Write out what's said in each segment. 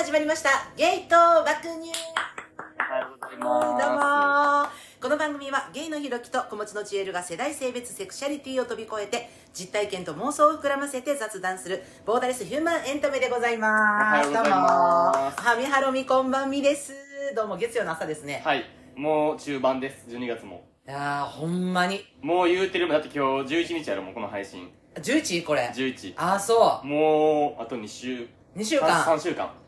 始まりましたゲイと爆乳。 おはようございます。 どうもこの番組はゲイのひろきと子持ちのちえるが世代性別セクシャリティを飛び越えて実体験と妄想を膨らませて雑談するボーダレスヒューマンエンタメでございます。 おはようございますどうもはみはろみこんばんみです。どうも月曜の朝ですね。 はい、もう中盤です。12月もいやーほんまにもう言うてるもん。だって今日11日やろ、もうこの配信 11? これ 11。 ああそうもうあと2週 2週間 3週間。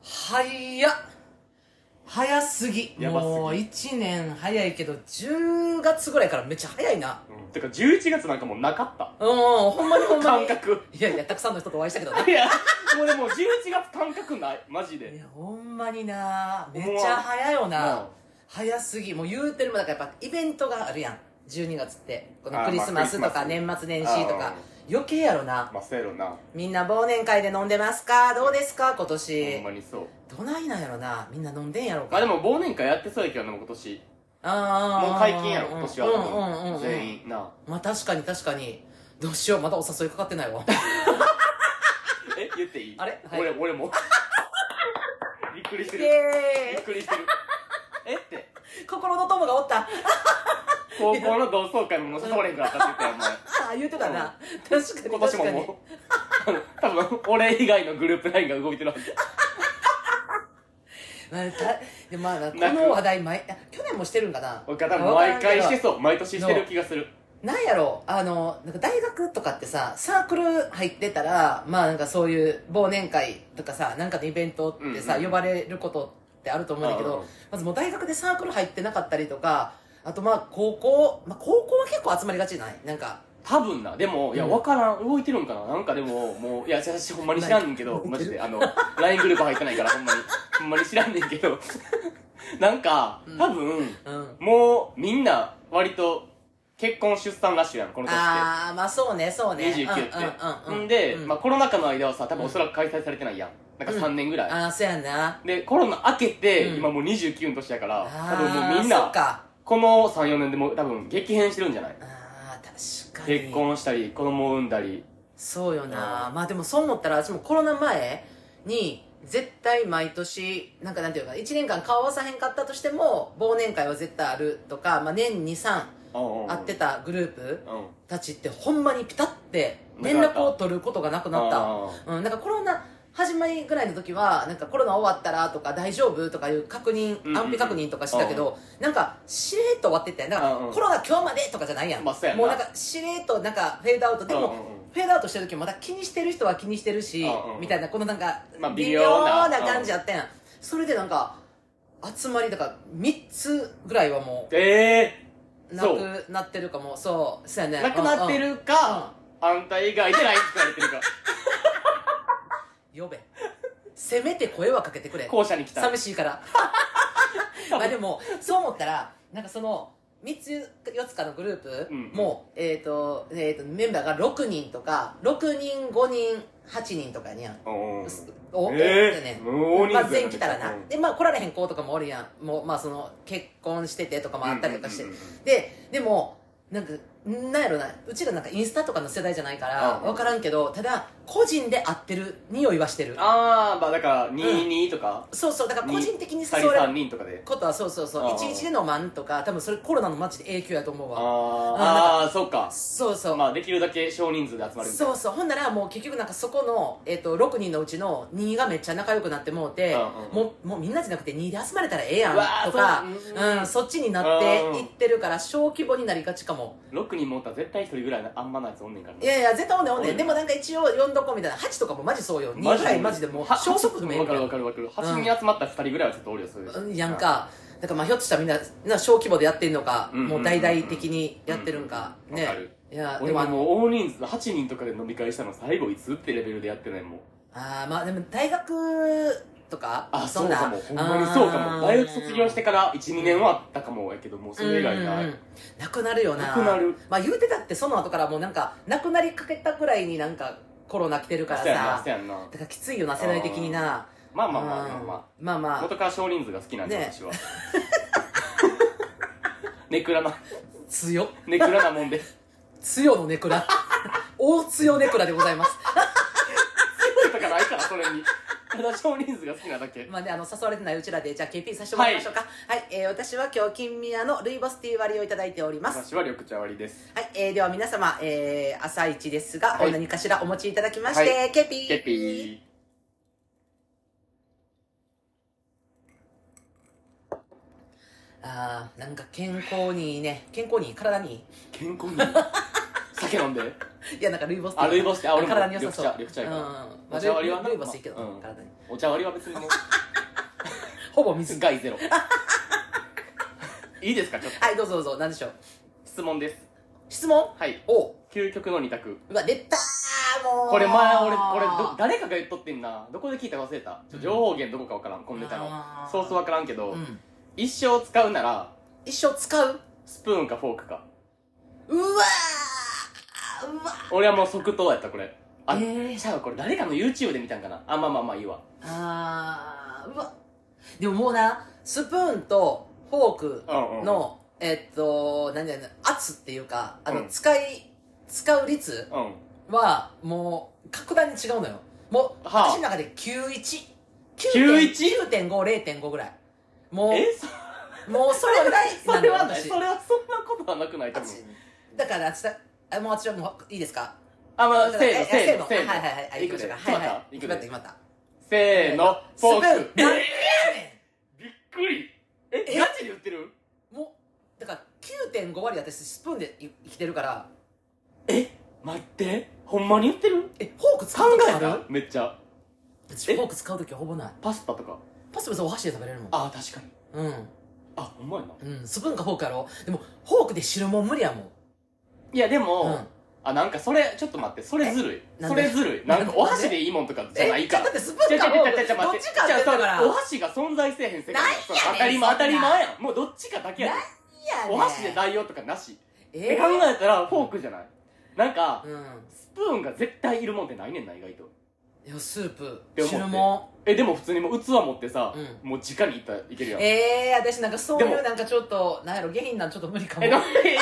早すぎ。 やばすぎもう1年早いけど10月ぐらいからめっちゃ早いな。 てか11月なんかもうなかったほんまにほんまに感覚。 いやいやたくさんの人とお会いしたけどないやもうでも11月感覚ないマジいで。 やほんまになめっちゃ早いよな、 うん早すぎ。もう言うてるもんだからやっぱイベントがあるやん12月ってこのクリスマスとかまあ年末年始とか余計やろな。 まあそうやろな。 みんな忘年会で飲んでますか？どうですか今ほ年んまにそう。 どないなんやろな。みんな飲んでんやろうか。 まあでも忘年会やってそうやけどな、もう今年あーもう解禁やろ今年は多分うん全員な。 まあ確かに確かに。どうしようまだお誘いかかってないわえ言っていい？ あれはい俺もびっくりしてイる。びエーイっくりしてる。えって心の友がおった高校の同窓会も誘われへんからったって言ったよお前。 ああ言うてたな、確かに今年も確かにもう多分俺以外のグループラインが動いてるはず。 まあ、でもまあこの話題去年もしてるんかな。 俺多分毎回してそう。毎年してる気がする。 なんやろなんか大学とかってさサークル入ってたらまあなんかそういう忘年会とかさなんかのイベントってさ、呼ばれることってあると思うんだけど、まずもう大学でサークル入ってなかったりとか、あとまあ高校は結構集まりがちじゃないなんか多分な。でもいや分からん、動いてるんかな。なんかでももういや私ほんまに知らんねんけど、マジでLINE グループ入ってないからほんまに知らんねんけどなんか多分もうみんな割と結婚出産ラッシュやんこの年って。 ああまあそうねそうね 29ってんで、まあコロナ禍の間はさ多分おそらく開催されてないやん。なんか3年ぐらい、 ああそうやな。 でコロナ明けて、今もう29の年やから多分もうみんなそっかこの 3,4 年でもう多分激変してるんじゃない？ あー確かに結婚したり子供を産んだり。 そうよな。まあでもそう思ったら私もコロナ前に絶対毎年なんていうか1年間顔合わさへんかったとしても忘年会は絶対あるとか、まあ、年23会ってたグループたちってほんまにピタって連絡を取ることがなくなった。なんかコロナ始まりぐらいの時はなんかコロナ終わったらとか大丈夫とかいう確認安否確認とかしてたけど、なんかしれーっと終わってったやん。だからコロナ今日までとかじゃないやん。もうなんかしれーっとなんかフェードアウトでもフェードアウトしてる時もまだ気にしてる人は気にしてるしみたいなこのなんか微妙な感じやったやん。それでなんか集まりだから3つぐらいはもうなくなってるかも。そうやね。 なくなってるかあんた以外で LINE 使われてるか呼べせめて声はかけてくれ。 校舎に来た寂しいからまあでもそう思ったらなんかその3つ4つかのグループも、メンバーが6人とか6人5人8人とかにゃんまあ全員来たらな。でまあ来られへん子とかもおるやん。もうまあその結婚しててとかもあったりとかしてでもなんかなんやろな、うちらなんかインスタとかの世代じゃないから分からんけど、ただ個人で会ってる匂いはしてる。 ああまあだから22とか、 そうそうだから個人的に誘われることはそう11で飲まんとか多分それコロナのマジで影響やと思うわ。 ああそうか。 そうまあできるだけ少人数で集まるみたいな。 ほんならもう結局なんかそこの、6人のうちの2がめっちゃ仲良くなってもうて、もうみんなじゃなくて2で集まれたらええやんとかそっちになっていってるから小規模になりがちかも。 6人もおったら絶対1人ぐらいあんまなやつおんねんから。 いやいや絶対おんねんでもなんか一応呼んどこみたいな。8とかもマジそうよ。2ぐらいマジでもう消息不明。 分かる8人集まったら2人ぐらいはちょっとおるよ。そういうやんか。だからまあひょっとしたらみんな小規模でやってんのかもう大々的にやってるんかね。 いや俺ももう大人数8人とかで飲み会したの最後いつってレベルでやってないもん。 まあでも大学とかそうかも。ほんまにそうかも。大学卒業してから1、2年はあったかもやけどもうそれ以来ない。 なくなるよな。 なくなる。 まあ言うてたってその後からもうなんかなくなりかけたくらいになんかコロナ来てるからさ。だからきついよな世代的にな。まあ元から少人数が好きなんで私はネクラな強ネクラなもんで強のネクラ大強ネクラでございます強いとかないからそれにただ少人数が好きなだけ。 まあね、誘われてないうちらで、じゃあ KP させてもらいましょうか。はい、私は今日、金宮のルイボスティー割りをいただいております。 私は緑茶割りです。 はい、では皆様、朝一ですが、 はい、 何かしらお持ちいただきまして、はい、ケピー。 ケピー。 なんか健康にいいね。健康にいい、体にいい。 健康にいい酒飲んで。 いや、なんかルイボスティー。 ルイボスティー、俺も体に良さそう。 緑茶やから。 お茶割りはルイボスいいけど、体に。 お茶割りは別にもう。 ほぼ水。 害ゼロ。いいですか、ちょっと。 はい、どうぞどうぞ、何でしょう。 質問です。 質問？ はい。 お究極の二択。 うわ、出たー、もう。 これ前、俺、誰かが言っとってんな。どこで聞いたか忘れた。情報源どこかわからん、このネタの。ソースわからんけど、一生使うなら、 一生使う？ スプーンかフォークか。 うわー、 俺はもう即答やった、これ。じゃあこれ誰かの YouTube で見たんかな。まあいいわ。 うわ。でももうな、スプーンとフォークの、圧っていうか、使う率は、もう、格段に違うのよ。もう、私の中で91。9.5、0.5 ぐらい。もうそれぐらいなのよ、私。 それはそんなことはなくない多分。 だから、もう私はもう、いいですか？ せーの。 はい。 いくで。 決まった。 せーの、フォーク。 なんでやねん！ びっくり。ガチで言ってる？ もう、だから9.5割私スプーンで生きてるから。 待って。ほんまに言ってる？ フォーク使う時ある？ めっちゃ。 フォーク使う時はほぼない。 パスタとか。 パスタ別にお箸で食べれるもん。 確かに。ほんまやな。スプーンかフォークやろ？でも、フォークで汁もん無理やもん。 いや、でも、なんかそれ、ちょっと待って、それずるい。なんかお箸でいいもんとかじゃないから。 だってスプーンかフォーク、どっちかって言ったから。 お箸が存在せえへん世界。当たり前やん。もうどっちかだけやで。お箸で代用とかなし。考えたらフォークじゃない？なんか、スプーンが絶対いるもんってないねんな、意外と。 いや、スープ、汁もん。 でも普通にもう器持ってさ、もう直にいけるやん。 私なんかそういうなんかちょっと、なんやろ、下品なんちょっと無理かも。 違う。も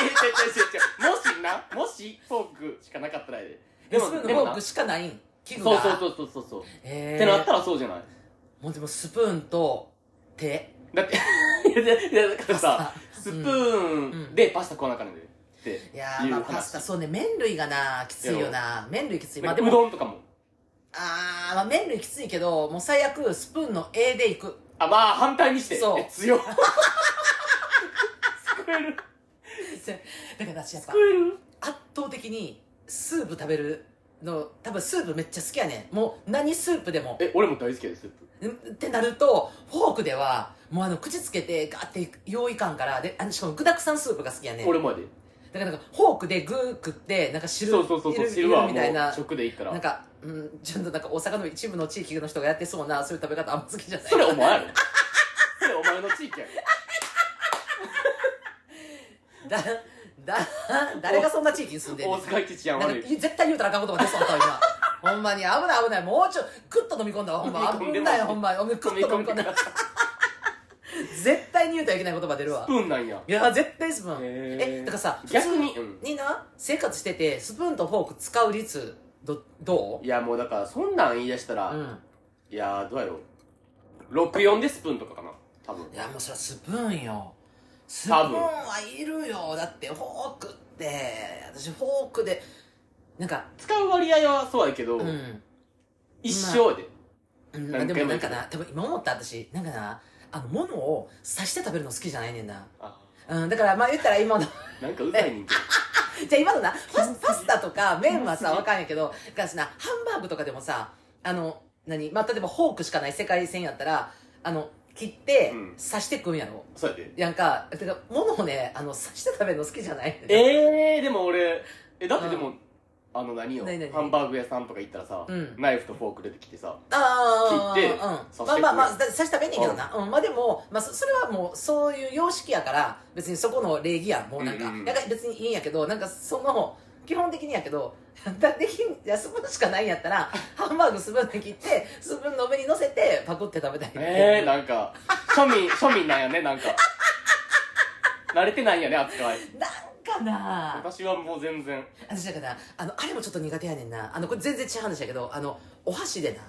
しフォークしかなかったらやで。 スプーンとフォークしかないん？器具が。 そう。ってなったらそうじゃない？ もうでもスプーンと手。 だって、だからさ、スプーンでパスタ食わなあかんねんで。 いやー、まあパスタ、そうね、麺類がな、きついよな。麺類きつい。 まあでも、うどんとかも。 まあ麺類きついけど、もう最悪スプーンの A でいく。 まあ反対にして。そう。強っ。救える。 だから私やっぱ、 救える？ 圧倒的にスープ食べるの、多分スープめっちゃ好きやねん。もう何スープでも。 俺も大好きやで、スープ。 ってなると、フォークでは、もう口つけてガーって用意感から、で、しかも具沢山スープが好きやねん。 俺もやで。 だからなんか、フォークでグー食って、なんか汁汁はもう食でいいから。 なんか、ちょっとなんか大阪の一部の地域の人がやってそうな、そういう食べ方あんま好きじゃない。 それお前やろ。それお前の地域やろ。 誰がそんな地域に住んでんの？ 大阪一治安悪い。 絶対言うたらあかんことが出そうだった今。ほんまに危ない。もうちょっと、グッと飲み込んだわ、ほんま。危ないよ、ほんま。グッと飲み込んだ。絶対に言うとはいけない言葉出るわ。 スプーンなんや。 いや、絶対スプーン。だからさ、 逆にな、生活してて、スプーンとフォーク使う率、どう？ いや、もうだから、そんなん言い出したら、いや、どうやろう。64でスプーンとかかな、多分。 いや、もうそれはスプーンよ。スプーンはいるよ。だって、フォークって、私フォークで、なんか。 使う割合はそうやけど、一生で。 でもなんかな、多分今思った私、なんかな、物を刺して食べるの好きじゃないねんな。だからまあ言ったら今のなんかうざいねんけどじゃあ今のなパスタとか麺はさわかんやけどだからなハンバーグとかでもさまあ例えばフォークしかない世界線やったら切って刺して食うんやろ。 そうやでやんかてか物をね刺して食べるの好きじゃない。 でも俺だってでも何よハンバーグ屋さんとか行ったらさナイフとフォーク出てきてさ切ってまあ刺したら便利けどな。まあでもそれはもうそういう様式やから別にそこの礼儀やん。もうなんか別にいいんやけどなんかその基本的にやけどスプーンしかないんやったらハンバーグスプーンで切ってスプーンの上に乗せてパクって食べたい。 なんか庶民なんやね。なんか慣れてないんやね扱いかな。 私はもう全然私だからあれもちょっと苦手やねんな。これ全然違う話だけどお箸で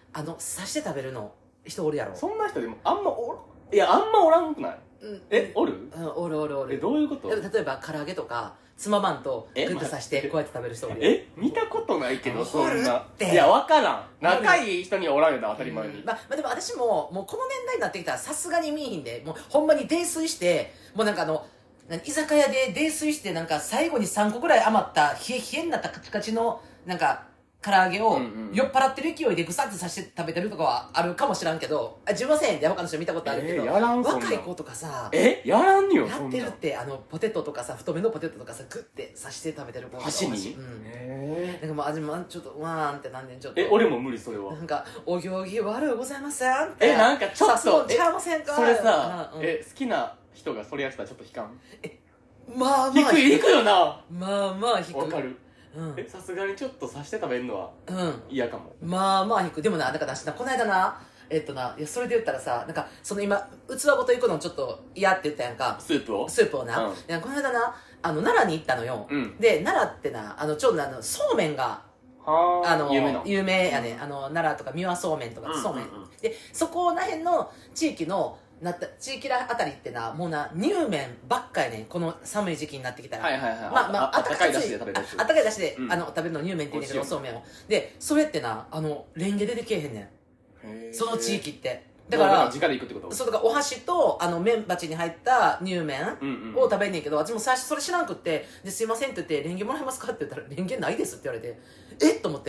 刺して食べるの人おるやろ。 そんな人でもあんまおらんくない？おる？ おるおるおる。 どういうこと？ 例えば唐揚げとかつままんとグッと刺してこうやって食べる人おるよ。 見たことないけどそんな。 いや分からん。仲いい人にはおらんよな当たり前に。 まあでも私もこの年代になってきたらさすがに見えひんで、もうほんまに泥酔してもうなんか居酒屋で泥酔してなんか最後に3個ぐらい余った冷えになったカチカチのなんか唐揚げを酔っ払ってる勢いでぐさってさして食べてるとかはあるかもしらんけど、10万円で他の人見たことあるけど、 やらんそんな若い子とかさやらんよやってるって。ポテトとかさ、太めのポテトとかさグッて刺して食べてる子とか箸になんかもう味もちょっとうわーんってなんでんちょっと俺も無理それは。 なんかお行儀悪うございませんってなんかちょっとちゃいませんかそれさ好きな人がそれやってたらちょっと引かん？ まあまあ引くよな。 まあまあ引く。 わかる。さすがにちょっと刺して食べるのは嫌かも。 まあまあ引く。でもな、だからこの間いやそれで言ったらさ、なんかその今器ごと行くのちょっと嫌って言ったやんか。 スープをな、いやこの間な奈良に行ったのよ。で奈良ってなちょうどそうめんが有名やね。奈良とか三輪そうめんとかそうめんで、そこら辺の地域らあたりってな、もうな乳麺ばっかやねん、この寒い時期になってきたら。あったかいだしで食べるあったかいだしで食べるの乳麺って言うんだけど、そうめんをでそれってなレンゲ出てけえへんねん、その地域って。だから直で行くってこと？ そう、だからお箸と麺鉢に入った乳麺を食べんねんけど、私も最初それ知らんくって、ですいませんって言ってレンゲもらえますかって言ったらレンゲないですって言われて、っと思って、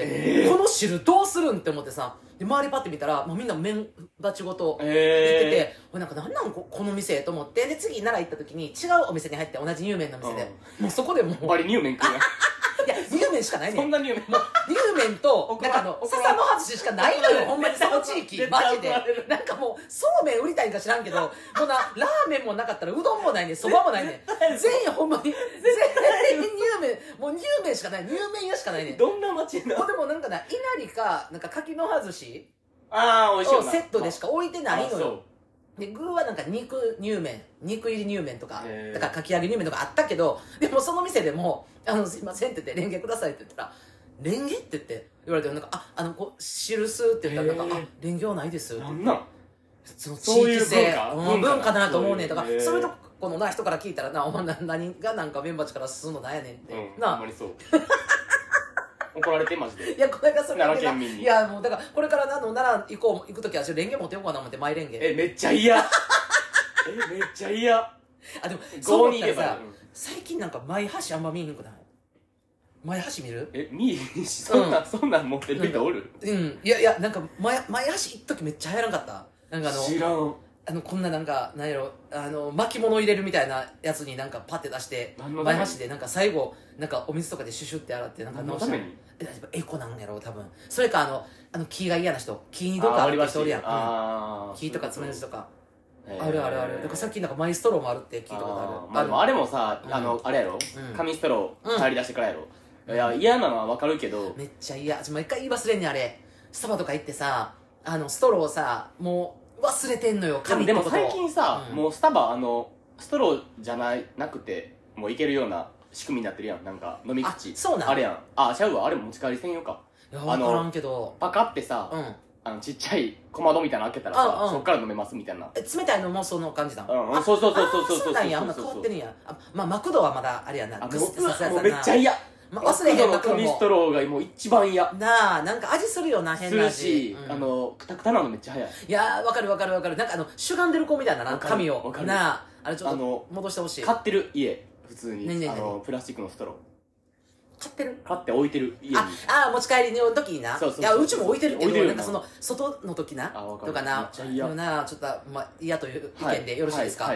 この汁どうするんって思ってさ、で周りパッて見たらもうみんな麺鉢ごと行ってて、なんかなんなんこの店と思って、で次奈良行った時に違うお店に入って、同じ乳麺の店で、もうそこでもうバリ乳麺食うやん。 いや乳麺しかないねん。 そんな乳麺もう乳麺となんか笹の外ししかないのよ、ほんまにその地域マジで。なんかもうそうめん売りたいんか知らんけど、もうなラーメンもなかったらうどんもないねん、そばもないねん、全員ほんまに全員乳麺、もう乳麺しかない、乳麺屋しかないねん。 どんな街なの？ でもなんかいなりかなんか柿の外し美味しいよなセットでしか置いてないのよ。で具はなんか肉入り乳麺とか、だからかき揚げ乳麺とかあったけど、でもその店でもすいませんって言ってレンゲくださいって言ったら、レンゲって言われて、なんか汁すって言ったら、なんかレンゲはないですって。 なんなんその地域性文化だなと思うねん。だからそういうとこの人から聞いたらな、お前何がなんかメンバチから進むのなんやねんってな。 ほんまにそう。怒られてマジで。 いやこれがそれ奈良県民に。 いやもうだからこれから奈良行く時はレンゲ持ってようかな思って、マイレンゲ。 めっちゃ嫌。めっちゃ嫌。 でもそう思ったらさ、最近なんかマイ箸あんま見えへんくない？マイ箸見る？ 見えへんし、そんなん持ってる人おる？ いやなんかマイ箸一時めっちゃ流行らんかった？なんか知らん。 こんななんかなんやろ巻物入れるみたいなやつになんかパッて出して、マイ箸でなんか最後なんかお水とかでシュシュって洗って、なんか何のために？ エコなんやろ多分。それか木が嫌な人、木にどっかある人おるやん。木とか爪楊枝とかある。だからさっきなんかマイストローもあるって聞いたことある。 あれもさあれやろ、紙ストロー入り出してからやろ。いや嫌なのは分かるけど、 めっちゃ嫌。毎回言い忘れんねんあれ。スタバとか行ってさストローさもう忘れてんのよ、紙ってこと。 でも最近さ、もうスタバストローじゃなくてもういけるような仕組みになってるやん。なんか飲み口あれやん。ちゃうわ、あれ持ち帰り専用か。 いや分からんけどパカってさ、ちっちゃい小窓みたいなの開けたらさ、そっから飲めますみたいな。 冷たいのもその感じだ。 そうそうなんや。変わってるんや。マクドはまだあれやな、グスってさせやつもうめっちゃ嫌。 忘れへんな、 紙ストローがもう一番嫌なあ。なんか味するよな、変な味するし、くたくたなのめっちゃ早い。 いやーわかる。なんかしゅがんでる子みたいな紙をなあ。あれちょっと戻してほしい。 買ってる家普通にプラスチックのストロー買って置いてる家に。 持ち帰りの時にな。いやうちも置いてるけど、なんかその外の時なとかな。 めっちゃ嫌な。ちょっと嫌という意見でよろしいですか？はい。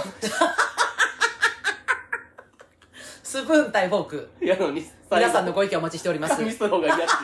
スプーン対フォーク。皆さんのご意見お待ちしております。 紙ストローが嫌ですよ。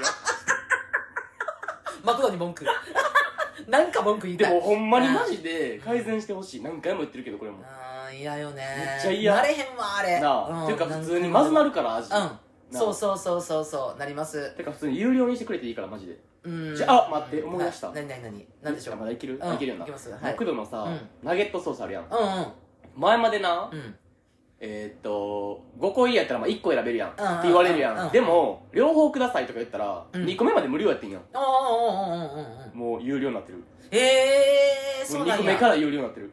マクドに文句。なんか文句言いたい。 でもほんまにマジで改善してほしい。何回も言ってるけどこれも。 嫌よね。 めっちゃ嫌。 なれへんわあれ。 なあ。てか普通にまずなるから味。 そうなります。 てか普通に有料にしてくれていいからマジで。じゃあ待って思い出した。 何でしょう。 まだいける？いけるよな。 いけます。 マクドのさナゲットソースあるやん。 うん。 前までな 5個いいやったらまあ1個選べるやんってうんうん言われるやうんん。でも両方くださいとか言ったらうん 2個目まで無料やってんやん。 おーおーおーおーおーおーもう有料になってる。 そう 2 なんや。 個目から有料になってる。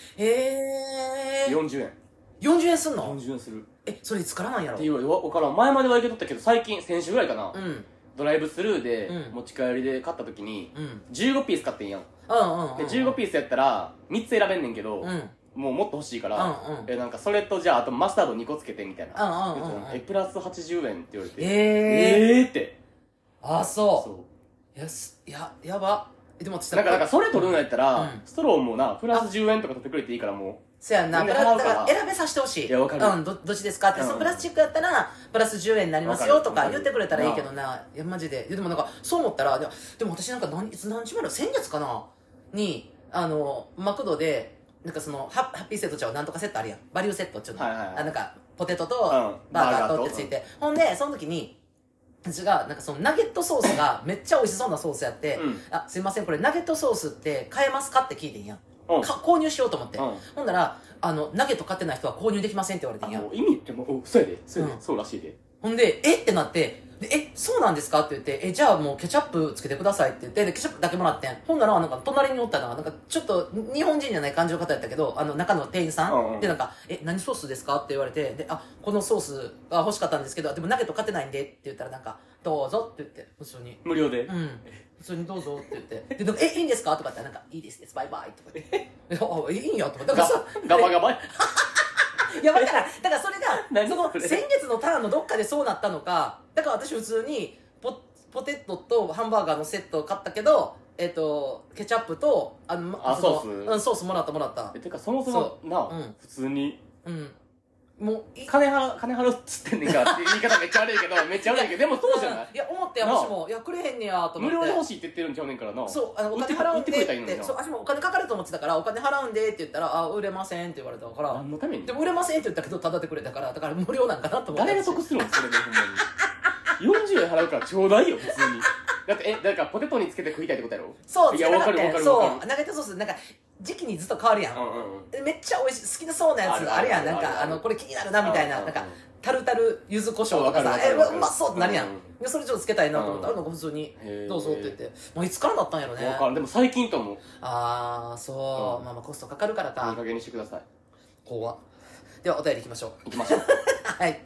40 40円。 円すんの？ 40円する。 それいつからなんやろ？ っていうわからん。前まではいけとったけど最近先週ぐらいかな。 うんドライブスルーでうん持ち帰りで買った時にうん 15ピース買ってんやん。 うんで15ピースやったら3つ選べんねんけど、 うんもうもっと欲しいから、 うんうんなんかそれとじゃああとマスタード2個つけてみたいな、 うんうんうんうんプラス80円って言われてってあ、そうやば。でもなんかそれ取るんやったら、 うんストローもなプラス10円とか取ってくれていいからもそやんな。 全然だか払うからら選べさせてほしい。 いやわかるうん、どっちですかって。 うんそのプラスチックやったら、プラス10円になりますよとかわかる言ってくれたらいいけどな。いや、マジで。いやでもなんか、そう思ったら、でも私なんかいつ何日前だ先月かなに、マクドで、なんかその、ハッピーセットちゃうなんとかセットあるやん。バリューセットちょっと。 はいはいはいなんか、ポテトとんバーガーとってついて。ほんで、その時に、私が、なんかそのナゲットソースがめっちゃ美味しそうなソースやって、 うんすいません、これナゲットソースって買えますかって聞いてんやん。 うん購入しようと思って。 うんほんなら、ナゲット買ってない人は購入できませんって言われてんやん。 もう意味ってもうそうやでそうやで、 うんそうらしいでほんで、ってなって、でそうなんですかって言って、じゃあもうケチャップつけてくださいって言って、で、ケチャップだけもらってん。ほんなら、なんか隣におったのが、なんかちょっと日本人じゃない感じの方やったけど、中の店員さん、 うんうんで、なんか、何ソースですかって言われて、で、このソースが欲しかったんですけど、でもナゲット買ってないんでって言ったら、なんか、どうぞって言って、普通に。 無料で、 うん。普通にどうぞって言って。で、なんかいいんですかとかってなんか、いいです、バイバイとか言って。いいんやとか。だからさ、 ガバガバいや、だからそれが、 何そのそれ先月のターンのどっかでそうなったのか、だから私普通にポテトとハンバーガーのセットを買ったけど、ケチャップと、 ソソースもらった。 てかそもそもな、 うん普通にうん。もう、 金払うっつってんねんからっていう言い方めっちゃ悪いけどでもそうじゃないいや、思って、 なあ私も、いや、くれへんねやと思って。 無料で欲しいって言ってるんちゃうねんからなそう、お金払うんで売ってくれたらいいのになそう、私もお金かかると思ってたから、お金払うんでって言ったら、売れませんって言われたから、 何のためにでも売れませんって言ったけど、ただってくれたから、だから無料なんかなと思って。 誰が得するのそれでほんまに40円払うからちょうだいよ普通にだってだからポテトにつけて食いたいってことやろそう、 いやわかるわかるそう、 わかるナゲットソース、なんか、時期にずっと変わるやん。 うんめっちゃ美味しい、好きなそうなやつあるやん。なんか、これ気になるな、みたいな。なんか、タルタル柚子胡椒とかさ、うまそうってなるやん。でそれちょっとつけたいなと思ったら、なんか普通に、どうぞって言って。もういつからだったんやろね。 分からんでも最近ともそう。まあコストかかるからいいか。 加減にしてください怖っ。では、お便り行きましょう。 行きましょうはい。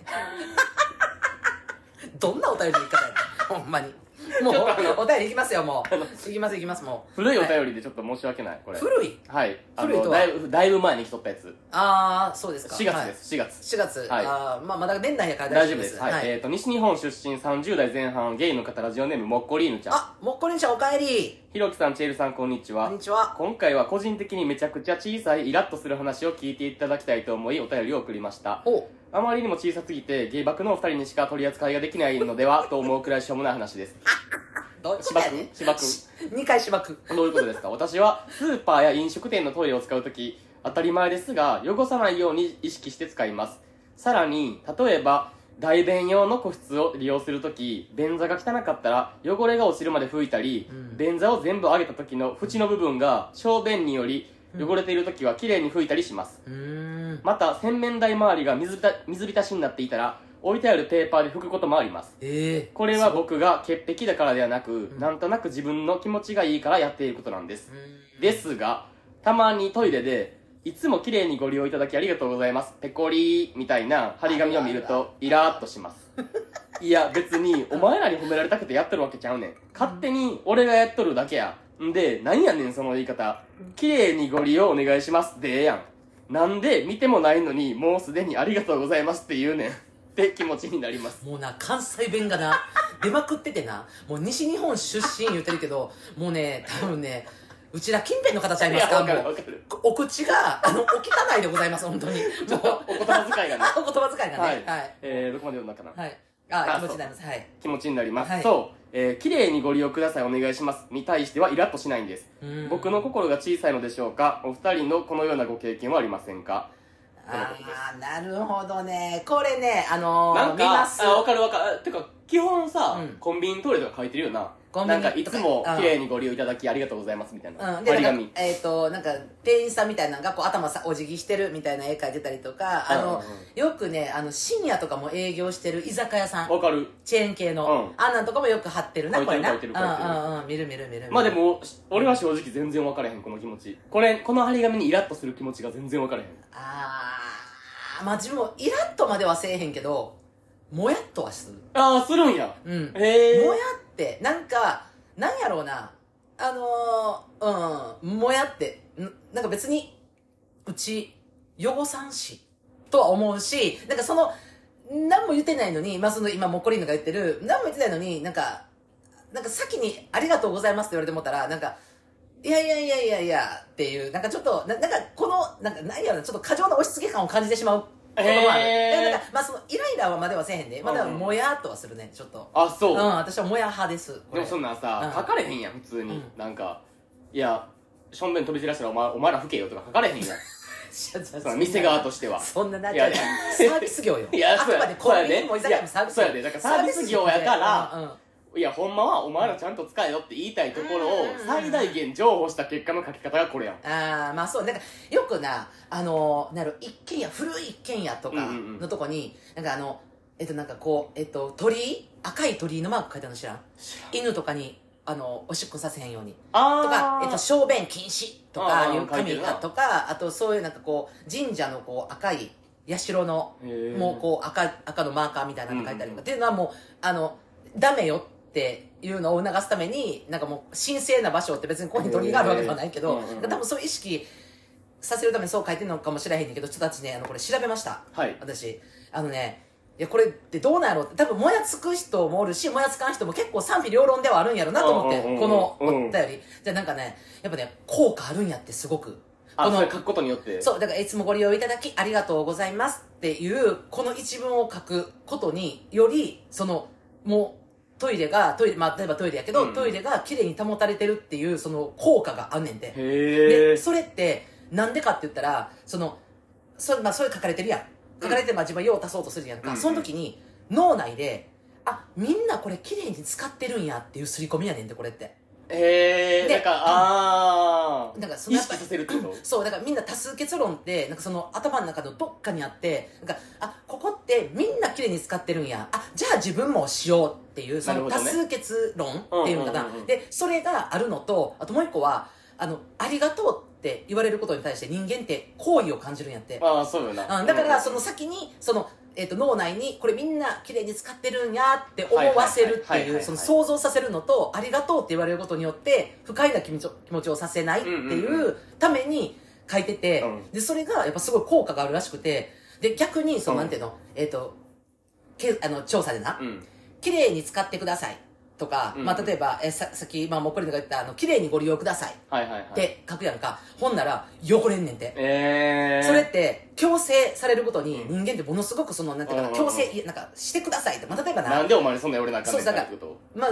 どんなお便りの言い方やねん。ほんまに。もう、お便り行きますよ、もう。行きます、もう。 古いお便りでちょっと申し訳ないこれ古いはい古いとはだいぶ前に来とったやつそうですか。 4月です4月 4月。 はいまだ年内やから大丈夫ですはい西日本出身30代前半ゲイの方ラジオネームもっこりーぬちゃんもっこりんちゃんおかえり。 ひろきさんちえるさんこんにちはこんにちは。 今回は個人的にめちゃくちゃ小さいイラッとする話を聞いていただきたいと思いお便りを送りましたおあまりにも小さすぎてゲイバクのお二人にしか取り扱いができないのではと思うくらいしょうもない話ですどういうことやねん。 芝 2回芝く。 どういうことですか私はスーパーや飲食店のトイレを使うとき当たり前ですが汚さないように意識して使いますさらに例えば大便用の個室を利用するとき便座が汚かったら汚れが落ちるまで拭いたり、便座を全部上げた時の縁の部分が小便により汚れているときはきれいに拭いたりしますまた洗面台周りが水浸しになっていたら置いてあるペーパーで拭くこともありますこれは僕が潔癖だからではなくなんとなく自分の気持ちがいいからやっていることなんですですがたまにトイレでいつも綺麗にご利用いただきありがとうございますペコリーみたいな張り紙を見るとイラーっとしますいや別にお前らに褒められたくてやってるわけちゃうねん勝手に俺がやっとるだけやんで何やねんその言い方綺麗にご利用お願いしますでええやんなんで見てもないのにもうすでにありがとうございますって言うねんって気持ちになりますもうな、関西弁がな、出まくっててな、もう西日本出身言ってるけど、もうね、多分ね、うちら近辺の方ちゃいますか。 いやわかるもうわかるお口が、お汚いでございます、本当に。もう、 お言葉遣いがねお言葉遣いがね。 はい、 はい。 どこまで読んだかな、 はい。気持ちになります。はい。 気持ちになります、 はいそう綺麗にご利用くださいお願いしますに対してはイラッとしないんですうん僕の心が小さいのでしょうかお二人のこのようなご経験はありませんかなるほどね。これね、 なん見ます。 かわかるてか基本さ、 うんコンビニトイレとか書いてるよなコンビニなんかいつも綺麗にご利用いただきありがとうございますみたいな、 で張り紙。 なんか店員さんみたいなのがこう頭さお辞儀してるみたいな絵描いてたりとか、よくね深夜とかも営業してる居酒屋さん、 わかる。 チェーン系の、あんなんとかもよく貼ってるな、これな。見る。 まあでも俺は正直全然分からへん、この気持ち。この張り紙にイラッとする気持ちが全然分からへん。 まあ自分もイラッとまではせえへんけど、もやっとはする。 するんや。 もやってなんかなんやろうな、もやってなんか別にうち汚さんしとは思うし、なんか何も言ってないのに、今モッコリーヌが言ってる何も言ってないのになんか先にありがとうございますって言われてもったら、なんかいやっていう、なんかちょっとなんか何やろな、ちょっと過剰な押し付け感を感じてしまうこともある。なんかイライラはまではせえへんで、まだもやっとはするね、ちょっと。 そう。 私はもや派です。 でもそんなんさ、書かれへんやん普通に。なんかいやしょんべん飛び散らしたらお前ら吹けよとか書かれへんやん。店側としてはそんななっちゃう。サービス業よ。あくまでコンビニも居酒屋もサービス業。 そうやで、だからサービス業やから、いやほんまはお前らちゃんと使えよって言いたいところを最大限譲歩した結果の書き方がこれやん。 まあそう、なんかよくな、一軒家、古い一軒家とかのとこに、なんかなんかこう、赤い鳥居のマーク書いてあるの知らん？犬とかにおしっこさせへんようにとか、小便禁止とかいう紙とか、あとそういうなんかこう神社のこう赤い社のもうこう赤のマーカーみたいなの書いてあるとかっていうのはもうダメよっていうのを促すために、なんかもう神聖な場所って別にここに鳥居があるわけではないけど、多分そういう意識させるためにそう書いてるのかもしれへんけど、ちょっとたちねこれ調べました。私いやこれってどうなんやろうって、多分もやつく人もおるしもやつかん人も結構賛否両論ではあるんやろなと思って、このお便りじゃなんかね、やっぱね効果あるんやって、すごく。 それ書くことによって。 そうだから、いつもご利用いただきありがとうございますっていうこの一文を書くことにより、もうトイレ、まあ例えばトイレやけど、トイレがきれいに保たれてるっていうその効果があんねんて。でそれってなんでかって言ったら、それ書かれてるやん。書かれて自分は用を足そうとするやんか。その時に脳内でみんなこれきれいに使ってるんやっていう刷り込みやねんて、これって。 だからなんか意識させるってこと？ そうだからみんな多数決論ってなんか頭の中のどっかにあって、なんかここってみんなきれいに使ってるんや、じゃあ自分もしようっていうその多数決論っていうのかな。でそれがあるのと、あともう一個はありがとうって言われることに対して人間って好意を感じるんやって。 そうよな。 だからその先に脳内にこれみんな綺麗に使ってるんやって思わせるっていう、その想像させるのと、ありがとうって言われることによって不快な気持ちをさせないっていうために書いてて、でそれがやっぱすごい効果があるらしくて、で逆になんていうの、調査でな、綺麗に使ってくださいとか、例えばさっきモッコリーヌが言った綺麗にご利用くださいって書くやんか。ほんなら汚れんねんて。それって強制されることに人間ってものすごくなんていうかな、強制なんかしてくださいって、例えばなんでお前そんな汚れなあかんねんってこと。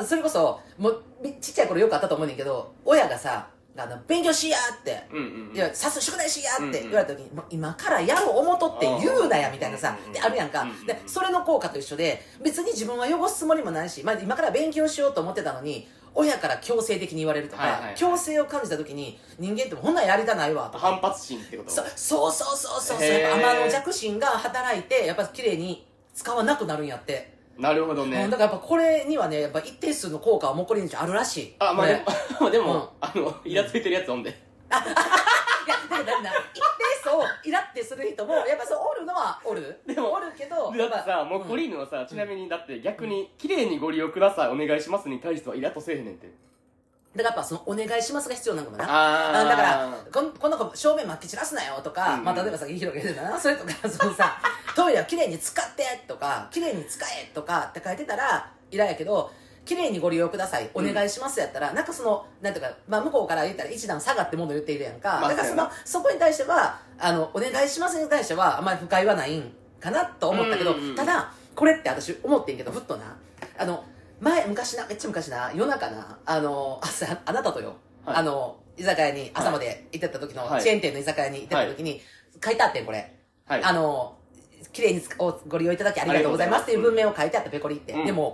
それこそもうちっちゃい頃よくあったと思うねんけど、親がさ勉強しやってさす宿題しやって言われた時に、今からやろう思とって言うなやみたいなさであるやんか。でそれの効果と一緒で、別に自分は汚すつもりもないし、今から勉強しようと思ってたのに親から強制的に言われるとか、強制を感じた時に人間ってほんならやりたないわとか、 反発心ってこと。 そうやっぱ天の弱心が働いてやっぱ綺麗に使わなくなるんやって。なるほどね。 だからやっぱこれにはね、やっぱ一定数の効果はモッコリーヌちゃんあるらしい。 でもイラついてるやつおんで。いやだから一定数イラってする人もやっぱおるのはおる。でもおるけど、 だってさモッコリーヌはさ、ちなみにだって逆に綺麗にご利用くださいお願いしますに対してはイラッとせえへんねんて。 だからやっぱお願いしますが必要なのかもな。だからこの子正面巻き散らすなよとか、例えばさっき広げてたな、それとかトイレはきれいに使ってとかきれいに使えとかって書いてたらイラやけど、きれいにご利用くださいお願いしますやったら、なんかなんていうか、向こうから言ったら一段下がってものを言っているやんか。だからそこに対してはお願いしますに対してはあんまり不快はないんかなと思ったけど、ただこれって私思ってんけど、ふっとなめっちゃ昔な、夜中な、あなたとよ、居酒屋に朝まで行ってた時の、チェーン店の居酒屋に行ってた時に、書いてあってん、これ。綺麗にご利用いただきありがとうございますっていう文面を書いてあった、ペコリって。でも、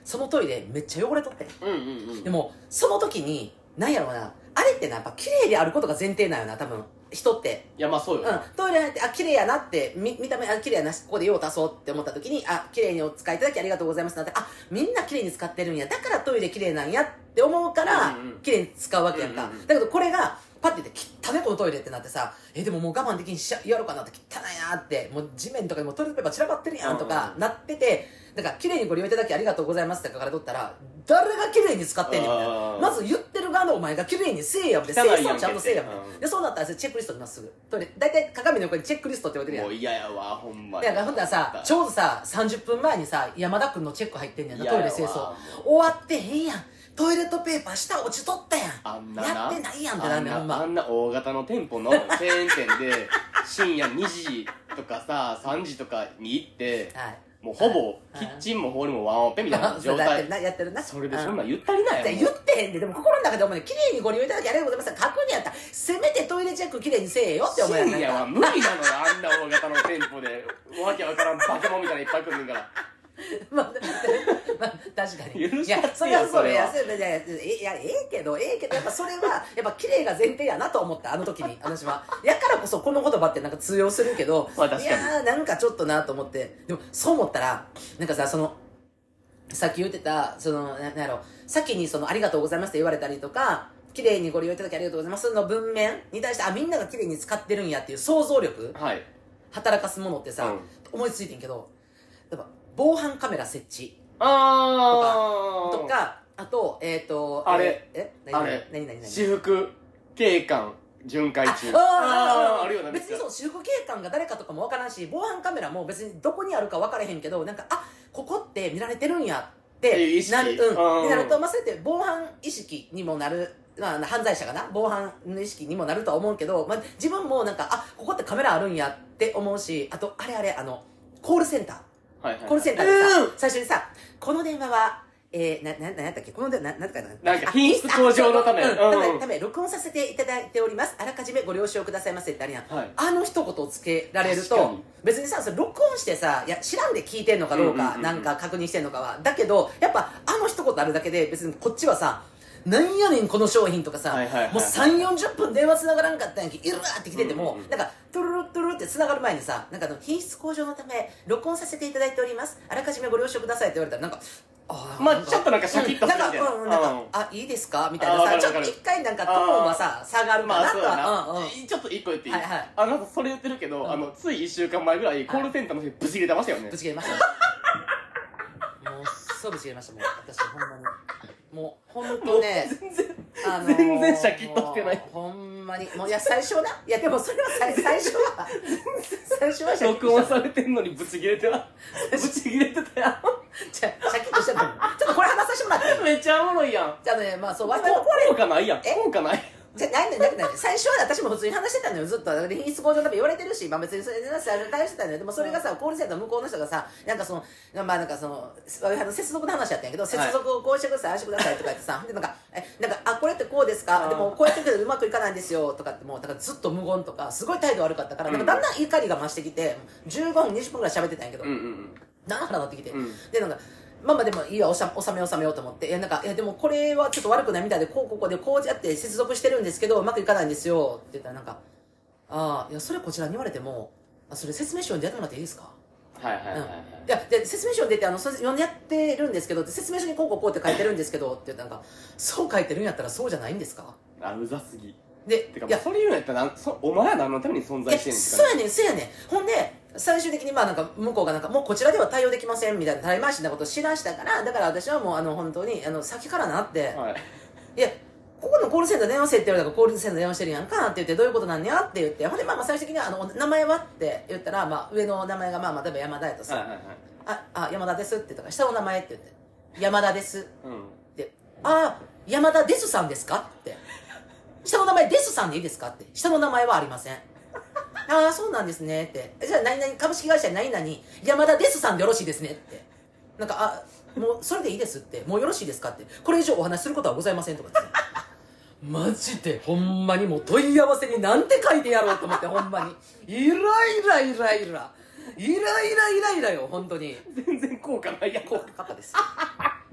そのトイレめっちゃ汚れとってん。 うんうんうん。 でもその時になんやろうな、あれってなやっぱ綺麗であることが前提なんよな多分人って。 いやまあそうよ、 トイレ入って綺麗やなって見た目綺麗やな、ここで用を足そうって思った時に綺麗にお使いいただきありがとうございますなんて、みんな綺麗に使ってるんや、だからトイレ綺麗なんやって思うから綺麗に使うわけやんか、だけどこれがパッて言って汚ねこのトイレってなってさ、でももう我慢できんしやろうかなって汚いなって、もう地面とかにもトイレットペーパー散らばってるやんとかなってて、だから綺麗にご利用いただきありがとうございますって書かれとったら、誰が綺麗に使ってんねんみたいな。まず言ってる側のお前が綺麗にせえやみたいな、清掃ちゃんとせえやみたいな。でそうなったらチェックリストにまっすぐトイレ大体鏡の横にチェックリストって置いてるやん。 もう嫌やわほんまに。 だからほんならさ、ちょうどさ30分前にさ山田君のチェック入ってんねんな、トイレ清掃終わってへんやん、トイレットペーパー下落ちとったやん、 あんななやってないやんってなんねんほんま。 あんな大型の店舗のチェーン店で深夜2時とかさ3時とかに行って、もうほぼキッチンもホールもワンオペみたいな状態やってるな。 それでそんなん言ったりなよ。 言ってへんで、でも心の中でお前綺麗にご利用いただきありがとうございます書くんやったらせめてトイレチェック綺麗にせえよって思うやん。 深夜は無理なのよ、あんな大型の店舗でわけわからんバケモンみたいないっぱい来るんからまあ確かに。 許しちゃってよそれはそうや、 それけどやっぱそれはやっぱ綺麗が前提やなと思った、あの時に私は。やからこそこの言葉ってなんか通用するけど、 まあ確かにいやなんかちょっとなと思って。でもそう思ったらなんかさ、さっき言ってたなんやろ、先にありがとうございますって言われたりとか、綺麗にご利用いただきありがとうございますの文面に対してみんなが綺麗に使ってるんやっていう想像力、働かすものってさ、思いついてんけど、やっぱ防犯カメラ設置とか、あとあれ何私服警官巡回中あるよな。 別に私服警官が誰かとかも分からんし、防犯カメラも別にどこにあるか分からへんけど、なんかここって見られてるんやってなるってなると、それって防犯意識にもなる、犯罪者がな防犯の意識にもなるとは思うけど、自分もなんかここってカメラあるんやって思うし、あとコールセンターコールセンターでさ、最初にさ、この電話は、なんやったっけ、この電話、なんか品質向上のため、 録音させていただいております。あらかじめご了承くださいませってあるやん。あの一言をつけられると、別にさ、録音してさ、知らんで聞いてんのかどうか、なんか確認してんのかは。だけど、やっぱ、あの一言あるだけで、別にこっちはさ、なんやねんこの商品とかさ、もう3、40分電話繋がらんかったんやんけ、イラーって来てても、なんか、トゥルルトゥルルって繋がる前にさ、なんか品質向上のため、録音させていただいております。あらかじめご了承くださいって言われたら、なんか、 ちょっとなんかシャキッとするみたいな。 いいですかみたいなさ、ちょっと一回なんかトーンはさ、下がるかなとは。 ちょっと一個言っていい？なんかそれ言ってるけど、つい1週間前ぐらい、コールセンターの人ブチ切れてましたよね。 ブチ切れましたね。もう、そうブチ切れました、もう、私、ほんまに。もう、ほんとね、 全然シャキッとしてない。 ほんまに。もう、いや、最初な。いや、でもそれは最初はシャキッとした。 録音されてんのにブチ切れてた。ブチ切れてたやん。 シャキッとしてたの。ちょっとこれ話させてもらって。 めっちゃおもろいやん。 じゃあね、そう、 効果ないやん。効果ない。 最初は私も普通に話してたのよ、ずっと。品質向上のため言われてるし、別にそれで最初に対応してたのよ。でもそれがさ、コールセンターの向こうの人がさ、接続の話やったんやけど、接続をこうしてください、ああしてくださいとか言ってさ、でこれってこうですか、でもこうやってるけどうまくいかないんですよとかって、もうだからずっと無言とか、すごい態度悪かったから、だんだん怒りが増してきて、15分、20分ぐらい喋ってたんやけど、長くなってきて、で、でもいいわ、収めようと思って、いやでもこれはちょっと悪くないみたいで、こうやって接続してるんですけどうまくいかないんですよって言ったら、いやそれこちらに言われても、それ説明書に出てもらっていいですか。いやで説明書に出て読んでやってるんですけど、説明書にこうって書いてるんですけどって言ったら、そう書いてるんやったらそうじゃないんですか。 うざすぎで、 いやそれ言うんやったらお前は何のために存在してんねんって。 そうやねん。ほんで最終的に向こうがもうこちらでは対応できませんみたいなたらい回しなことを知らしたから、だから私はもう本当に先からなって、いやここのコールセンター電話せって言われたからコールセンター電話してるやんかって言って、どういうことなんねやって言って、ほんで最終的には名前はって言ったら、上の名前が例えば山田やとさ、山田ですって言ったから、下の名前って言って山田ですって山田ですさんですかって、下の名前ですさんでいいですかって、下の名前はありません。そうなんですねって、じゃあ何々株式会社何々山田ですさんでよろしいですねって、もうそれでいいですって、もうよろしいですかって、これ以上お話しすることはございませんとかってマジでほんまにもう問い合わせになんて書いてやろうと思って、ほんまにイライラよ、ほんとに。 全然効果ないやん。 効果です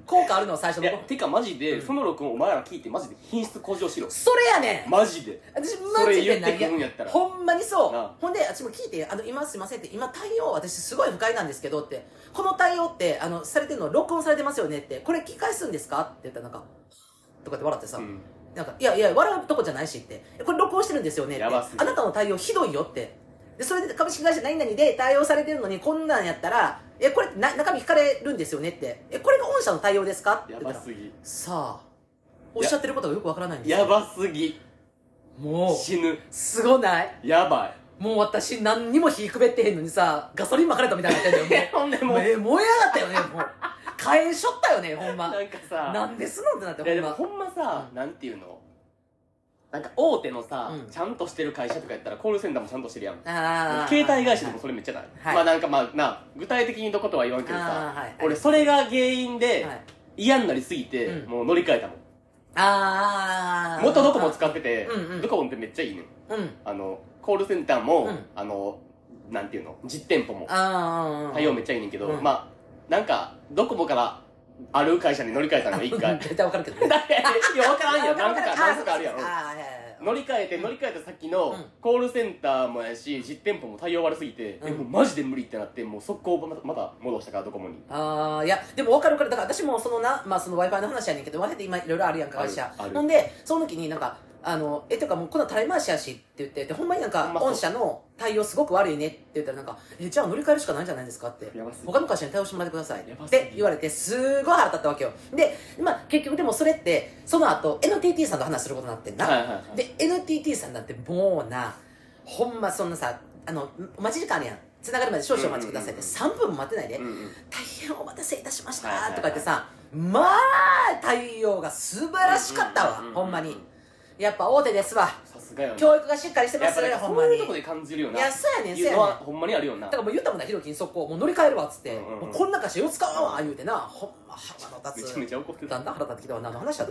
効果あるのは最初の5分。 てかマジで、その録音お前ら聞いてマジで品質向上しろ。 それやねん。 マジで。 私マジでそれ言ってくるんやったらほんまにそうなあ。 ほんで私も聞いて今すいませんって、今対応私すごい不快なんですけどって、この対応ってされてるの録音されてますよねって、これ聞き返すんですかって言ったらなんかとかって笑ってさ、なんかいやいや笑うとこじゃないしって、これ録音してるんですよねって、あなたの対応ひどいよって、でそれで株式会社何々で対応されてるのにこんなんやったらこれ中身聞かれるんですよねって、これが御社の対応ですかって言ったら、 やばすぎ。 さあおっしゃってることがよくわからないんですよ。 やばすぎ。 もう死ぬ。 すごない？ やばい。 もう私何にも火くべってへんのにさ、ガソリン巻かれたみたいになってんだよ。 ほんでもう燃え上がったよね、もう。火炎しょったよね、ほんま。 なんかさ、 なんですのってなって、 いやでもほんほんまさ、なんていうの、なんか大手のさ、 うんちゃんとしてる会社とかやったらコールセンターもちゃんとしてるやん。 ま。 携帯会社でもそれめっちゃない、 はいまあなんかまあな、具体的にどことは言わんけどさ、 はい俺それが原因ではい嫌になりすぎて、 うんもう乗り換えたもん。元ドコモ使ってて、ドコモってめっちゃいいねん。コールセンターも、なんていうの、実店舗も対応めっちゃいいねんけど、まあなんかドコモからある会社に乗り換えたのが一回。 絶対わかるけどね。 いや、わからんやん。何個かあるやろ。 あ乗り換えた先のコールセンターもやし、実店舗も対応悪すぎて、もうマジで無理ってなって、もう速攻また戻したから、ドコモに。 いや、でも分かるから、だから私もそのWi-Fi の話やねんけど、割れて今いろいろあるやんか、会社。ほんで、その時になんか、てかもうこんな垂れ回しやしって言って、ほんまになんか、御社の対応すごく悪いねって言ったらなんか、じゃあ乗り換えるしかないんじゃないですかって。他の会社に対応してもらってくださいって言われて、すごい腹立ったわけよ。で、まあ結局でもそれって、その後、NTT さんと話することになってんな。で、NTT さんなんてもうな、ほんまそんなさ、お待ち時間あるやん。繋がるまで少々お待ちくださいって3分も待ってないで、大変お待たせいたしましたとか言ってさ、まあ、対応が素晴らしかったわ、ほんまに。やっぱ大手ですわ。 さすがよな。 教育がしっかりしてますよ、ほんまに。 そういうとこで感じるよな。 いや、そうやねん、そうやねん。 ほんまにあるよな。 だからもう言ったもんな、ひろきに速攻、もう乗り換えるわっつって、もうこんな会社よ使わんわ言うてな、ほんま腹立つ。 めちゃめちゃ怒ってた。 だんだん腹立ってきたわ、何の話だと。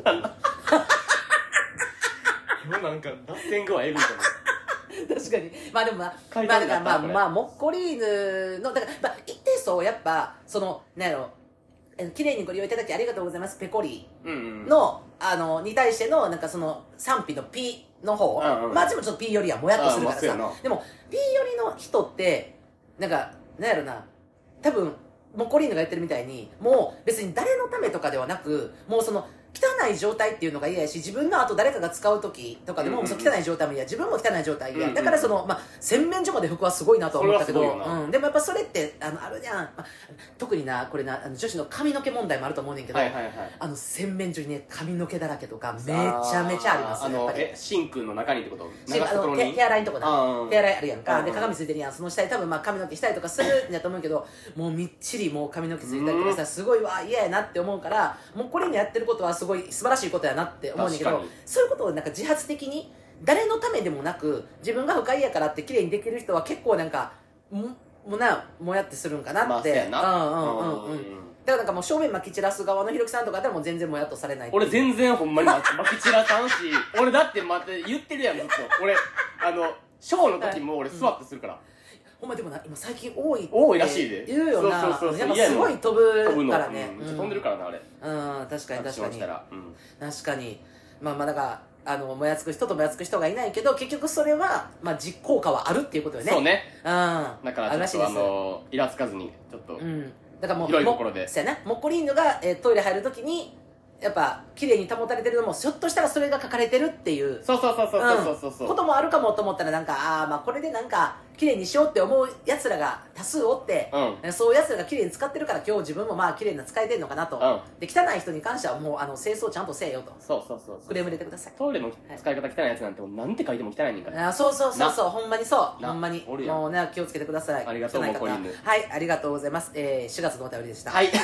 今なんか脱線具合エグいかも。 確かに。まあでもだからモッコリーヌの、だから、まあ一定層やっぱ、なんやろ、綺麗にご利用いただきありがとうございます、ペコリの、に対しての、なんか賛否の P の方、まああっちもちょっと P よりはもやっとするからさ、でも P よりの人って、なんか、なんやろな、多分、モッコリーヌが言ってるみたいに、もう別に誰のためとかではなく、もう汚い状態っていうのが嫌やし、自分の後誰かが使う時とかでも、汚い状態も嫌、自分も汚い状態嫌。だからまあ、洗面所まで服はすごいなと思ったけど、でもやっぱそれって、あるじゃん。特にな、これな、女子の髪の毛問題もあると思うねんけど、洗面所にね、髪の毛だらけとか、めちゃめちゃありますよ、やっぱり。 シンクの中にってこと？ 手洗いのとこな。手洗いあるやんか。で、鏡ついてるやん。その下に多分髪の毛したりとかするんだと思うけど、もうみっちりもう髪の毛ついたりとかさ、すごい嫌やなって思うから、もうこれにやってることはすごい素晴らしいことやなって思うんだけど、そういうことをなんか自発的に誰のためでもなく自分が不快やからって綺麗にできる人は結構なんかもやってするんかなって。だからなんかもう正面巻き散らす側のひろきさんとかでも全然もやっとされない。 俺全然ほんまに巻き散らさんし、俺だって待って言ってるやんずっと。俺ショーの時も俺座ってするから。 ほんまでもな、今最近多いらしいで。 言うよな。やっぱすごい飛ぶからね。 めっちゃ飛んでるからな、あれ。 確かに確かに。確かに。まあだからもやつく人ともやつく人がいないけど、結局それはまあ実効果はあるっていうことよね。 そうね。 だからちょっとイラつかずにちょっとだからもう広いところで。 そうやな。モッコリーヌがトイレ入るときにやっぱ綺麗に保たれてるのもひょっとしたらそれが書かれてるっていうこともあるかもと思ったら、なんかまあこれでなんか綺麗にしようって思うやつらが多数おって、そういうやつらが綺麗に使ってるから今日自分もまあ綺麗な使えてんのかなと、で汚い人に関してはもう清掃ちゃんとせえよとクレーム入れてください。 トイレの使い方汚いやつなんてなんて書いても汚いねんから。 そうほんまにそうほんまにもうね気をつけてください。 ありがとうモッコリーヌ。 はい、ありがとうございます。4月のお便りでした。 はい8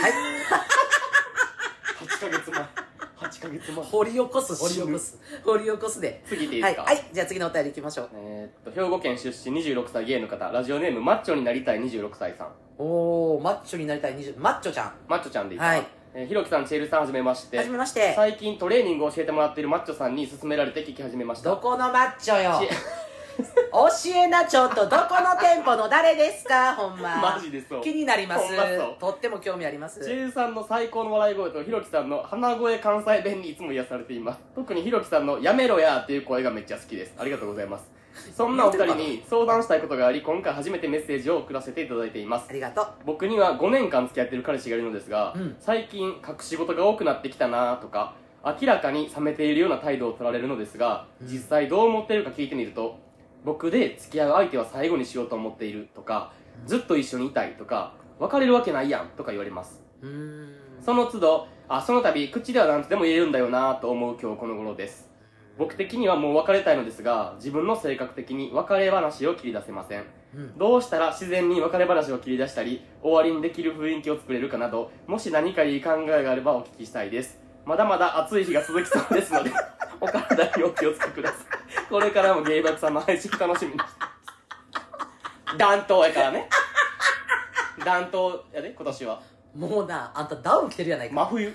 ヶ月前掘り起こすで次でいいですか。 はい、じゃあ次のお便りいきましょう。兵庫県出身26歳ゲイの方、ラジオネームマッチョになりたい26歳さん。 おー、マッチョになりたいマッチョちゃんでいいか。 ひろきさん、チェールさん、はじめまして。最近トレーニングを教えてもらっているマッチョさんに勧められて聞き始めました。 どこのマッチョよ教えな、ちょっとどこの店舗の誰ですか、ほんま。 マジでそう。 気になりますほんまそう。 とっても興味あります。 J さんの最高の笑い声とひろきさんの鼻声関西弁にいつも癒されています。特にひろきさんのやめろやっていう声がめっちゃ好きです。ありがとうございます。そんなお二人に相談したいことがあり、今回初めてメッセージを送らせていただいています。 ありがとう。 僕には5年間付き合ってる彼氏がいるのですが、最近隠し事が多くなってきたなとか、明らかに冷めているような態度を取られるのですが、実際どう思っているか聞いてみると、僕で付き合う相手は最後にしようと思っているとか、ずっと一緒にいたいとか、別れるわけないやんとか言われます。その都度、その度口では何とでも言えるんだよなと思う今日この頃です。僕的にはもう別れたいのですが、自分の性格的に別れ話を切り出せません。どうしたら自然に別れ話を切り出したり、終わりにできる雰囲気を作れるかなど、もし何かいい考えがあればお聞きしたいです。まだまだ暑い日が続きそうですので、お体にお気をつけください。これからもゲイバクさんの配信楽しみにしてます。暖冬やからね。暖冬やで、今年は。 もうな、あんたダウン着てるやないか。 真冬。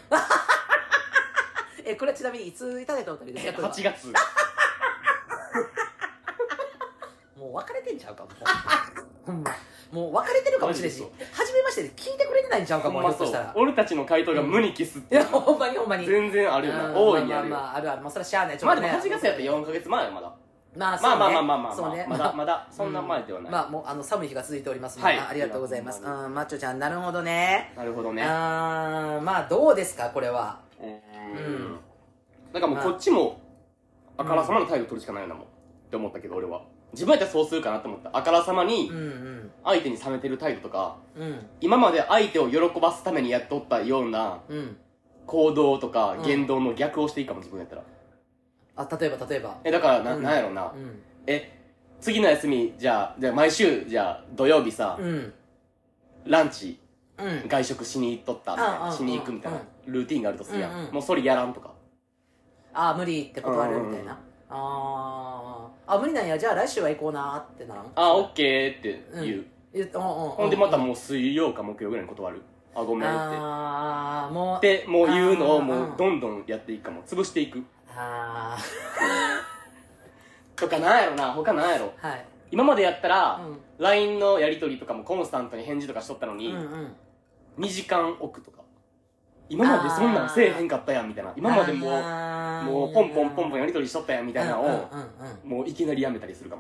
これはちなみにいついただいたお便りですか？ 8 月。 もう別れてんちゃうかも。ほんま。もう別れてるかもしれんし、初めましてで聞いてくれてないんちゃうかも、ひょっとしたら。 俺たちの回答が無にキスって。 いや、ほんまにほんまに。 全然あるよな。大いにあるよ。 まあ、あるある。まあ、それはしゃあない。 まあでも8月やったら4ヶ月前よ、まだ。 まあ、そうね。 まあ、 そうね。 まだ、そんな前ではない。 まあ、もう、寒い日が続いておりますので、ありがとうございます。マッチョちゃん、なるほどね。 なるほどね。 まあ、どうですか、これは。 なんかもうこっちも、あからさまの態度取るしかないよなもん。って思ったけど、俺は。自分やったらそうするかなって思った。あからさまに、相手に冷めてる態度とか、今まで相手を喜ばすためにやっとったような、行動とか言動の逆をしていいかも、自分やったら。 例えばだからなんやろうな、次の休みじゃあ毎週じゃあ土曜日さ、ランチ、外食しに行っとったみたいな、しに行くみたいなルーティンがあるとするやん、もうそれやらんとか、 無理って断るみたいな、無理なんや、じゃあ来週は行こうなってならん、 オッケーって言う、ほんでまたもう水曜か木曜ぐらいに断る、ごめんってもう言うのをもうどんどんやっていくかも、潰していくとかなんやろな、他なんやろ、今までやったら LINE のやり取りとかもコンスタントに返事とかしとったのに2時間置くとか、今までそんなんせえへんかったやんみたいな、今までもうポンポンポンポンやり取りしとったやんみたいなのをもういきなりやめたりするかも。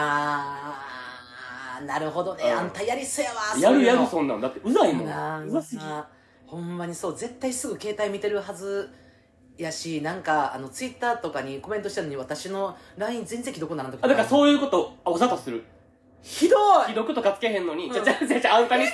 なるほどね、あんたやりそうやわ。 やるそんなん、だってうざいもん、うざすぎ。 ほんまにそう、絶対すぐ携帯見てるはずやし、なんかツイッターとかにコメントしたのに私の LINE 全然既読ならんとき、 だからそういうことをわざとする。 ひどい。 既読とかつけへんのに、あんたにひどい。なんで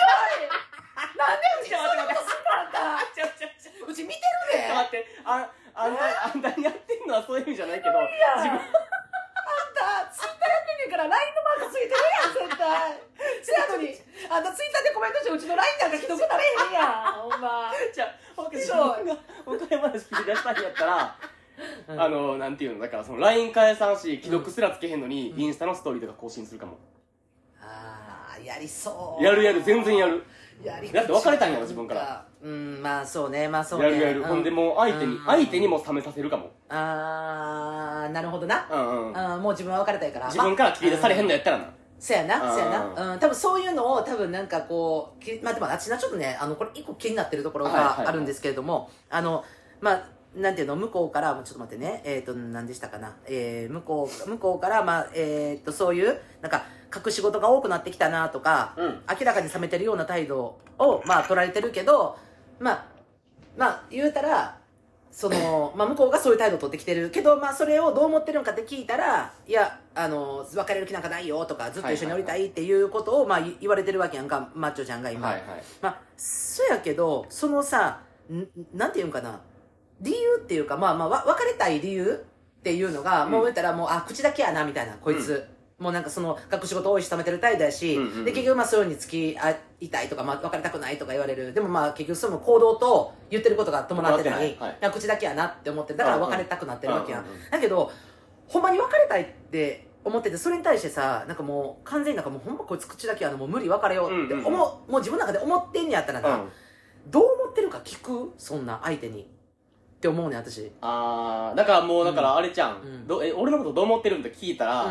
うちそんなことすんの、あんた。 うち見てるで。 待って、あんたにやってんのはそういう意味じゃないけど、 自分あんたツイッターやってんねんから LINE のマークついてるやん、絶対。せやのにあんたツイッターでコメントしてうちの LINE なんか既読なれへんやん、ほんま。じゃあ自分がお金話切り出したんやったらなんていうの、だからその LINE 返さんし既読すらつけへんのに、インスタのストーリーとか更新するかも。 やりそう。 やる全然やる。 だって別れたんやろ自分から。 まあそうね、まあそうね。 やる。ほんでもう相手にも冷めさせるかも。 なるほどな。もう自分は別れたいから、 自分から切り出されへんのやったらな。 そやな。多分そういうのを多分なんかこう、まあでもあちなちょっとね、これ一個気になってるところがあるんですけれども、まあなんていうの、向こうから、ちょっと待ってね、何でしたかな、向こうから、まあ、そういう、なんか、隠し事が多くなってきたなとか、明らかに冷めてるような態度を、まあ、取られてるけど、まあ、言うたら、まあ、向こうがそういう態度を取ってきてるけど、まあ、それをどう思ってるのかって聞いたら、いや、別れる気なんかないよとか、ずっと一緒におりたいっていうことを、まあ、言われてるわけやんか、マッチョちゃんが今。まあ、そうやけど、なんていうんかな、理由っていうか、まあ、別れたい理由っていうのが、もう言ったらもう、口だけやな、みたいな、こいつ。もうなんか隠し事多いし、冷めてる態度やし、で、結局まあそういうふうに付き合いたいとか、まあ別れたくないとか言われる。でもまあ結局その行動と言ってることが伴ってるのに、口だけやなって思ってる。だから別れたくなってるわけやん。だけど、ほんまに別れたいって思ってて、それに対してさ、なんかもう完全になんかもうほんまこいつ口だけやな、もう無理別れようってもう自分の中で思ってんねやったらな、どう思ってるか聞く？そんな相手に。って思うね、私。 だからもう、だからあれちゃん、俺のことどう思ってるんって聞いたら、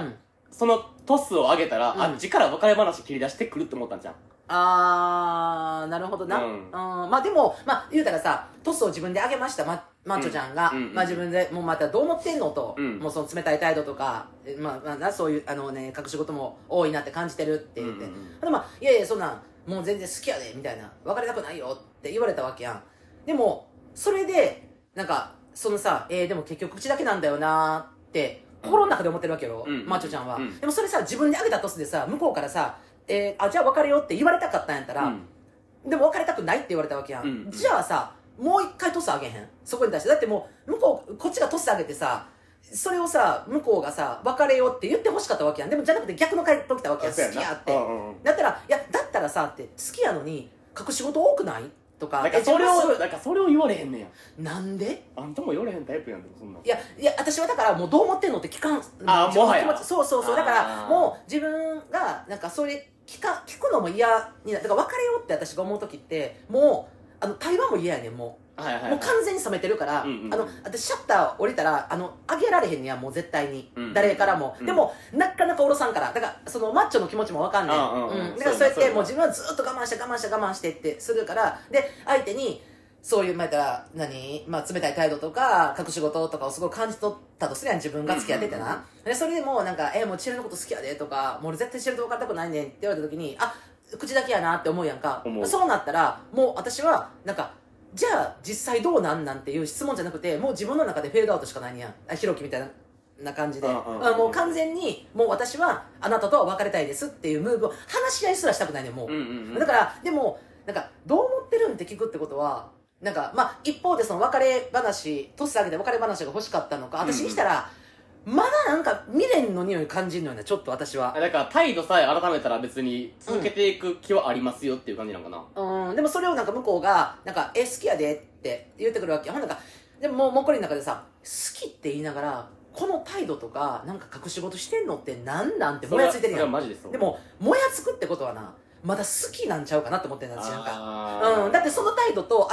そのトスを上げたら、あっちから別れ話切り出してくるって思ったんじゃん。 なるほどな。まあでも、まあ言うたらさ、トスを自分で上げました、マッチョちゃんが、まあ自分で、もうまたどう思ってんのと、もうその冷たい態度とか、まあそういう、隠し事も多いなって感じてるって言って。まあ、いやいや、そんなん、もう全然好きやで、みたいな。別れたくないよって言われたわけやん。でも、それで、なんか、そのさ、でも結局口だけなんだよなって、心の中で思ってるわけよ、マッチョちゃんは。でもそれさ、自分で上げたトスでさ、向こうからさ、じゃあ別れようって言われたかったんやったら、でも別れたくないって言われたわけやん。じゃあさ、もう一回トスあげへんそこに対して。だってもう、こっちがトスあげてさ、それをさ、向こうがさ、別れようって言ってほしかったわけやん。でもじゃなくて逆の回答来たわけやん。好きやって。だったら、いや、だったらさ、って、好きやのに、隠し事多くないとか。 なんかそれを言われへんねや。 なんであんたも言われへんタイプやん、そんな。 いや、私はだからもうどう思ってんのって聞かん。 もはや。 そう。だからもう自分が、なんかそれ聞くのも嫌になる。だから別れようって私が思うときって、もう、対話も嫌やねん、もう。もう完全に冷めてるから、私シャッター降りたら、上げられへんねや、もう絶対に。誰からも。でも、なかなか下ろさんから。だから、そのマッチョの気持ちもわかんねん。だからそうやって、もう自分はずっと我慢してってするから、で、相手に、そういう、まあ、まあ、冷たい態度とか、隠し事とかをすごい感じ取ったとするやん、自分が付き合っててな。で、それでもうなんか、もう千春のこと好きやでとか、もう俺絶対千春と別れたくないねんって言われた時に、あ、口だけやなって思うやんか。そうなったら、もう私は、なんか、じゃあ実際どうなんていう質問じゃなくて、もう自分の中でフェードアウトしかないんやん。ひろきみたいな感じで。もう完全に、もう私はあなたとは別れたいですっていうムーブを話し合いすらしたくないねん、もう。だから、でも、なんか、どう思ってるんって聞くってことは、なんか、まあ、一方でその別れ話、トス上げて別れ話が欲しかったのか、私にしたら、まだなんか未練の匂い感じるのよね、ちょっと私は。 だから態度さえ改めたら別に続けていく気はありますよっていう感じなんかな。でもそれをなんか向こうが、なんか、好きやでって言ってくるわけ。ほんなんか、でももうこれの中でさ、好きって言いながら、この態度とか、なんか隠し事してんのってなんなんてもやついてるやん。 マジでそう。 でも、もやつくってことはな、まだ好きなんちゃうかなって思ってんだ、私なんか。だってその態度と、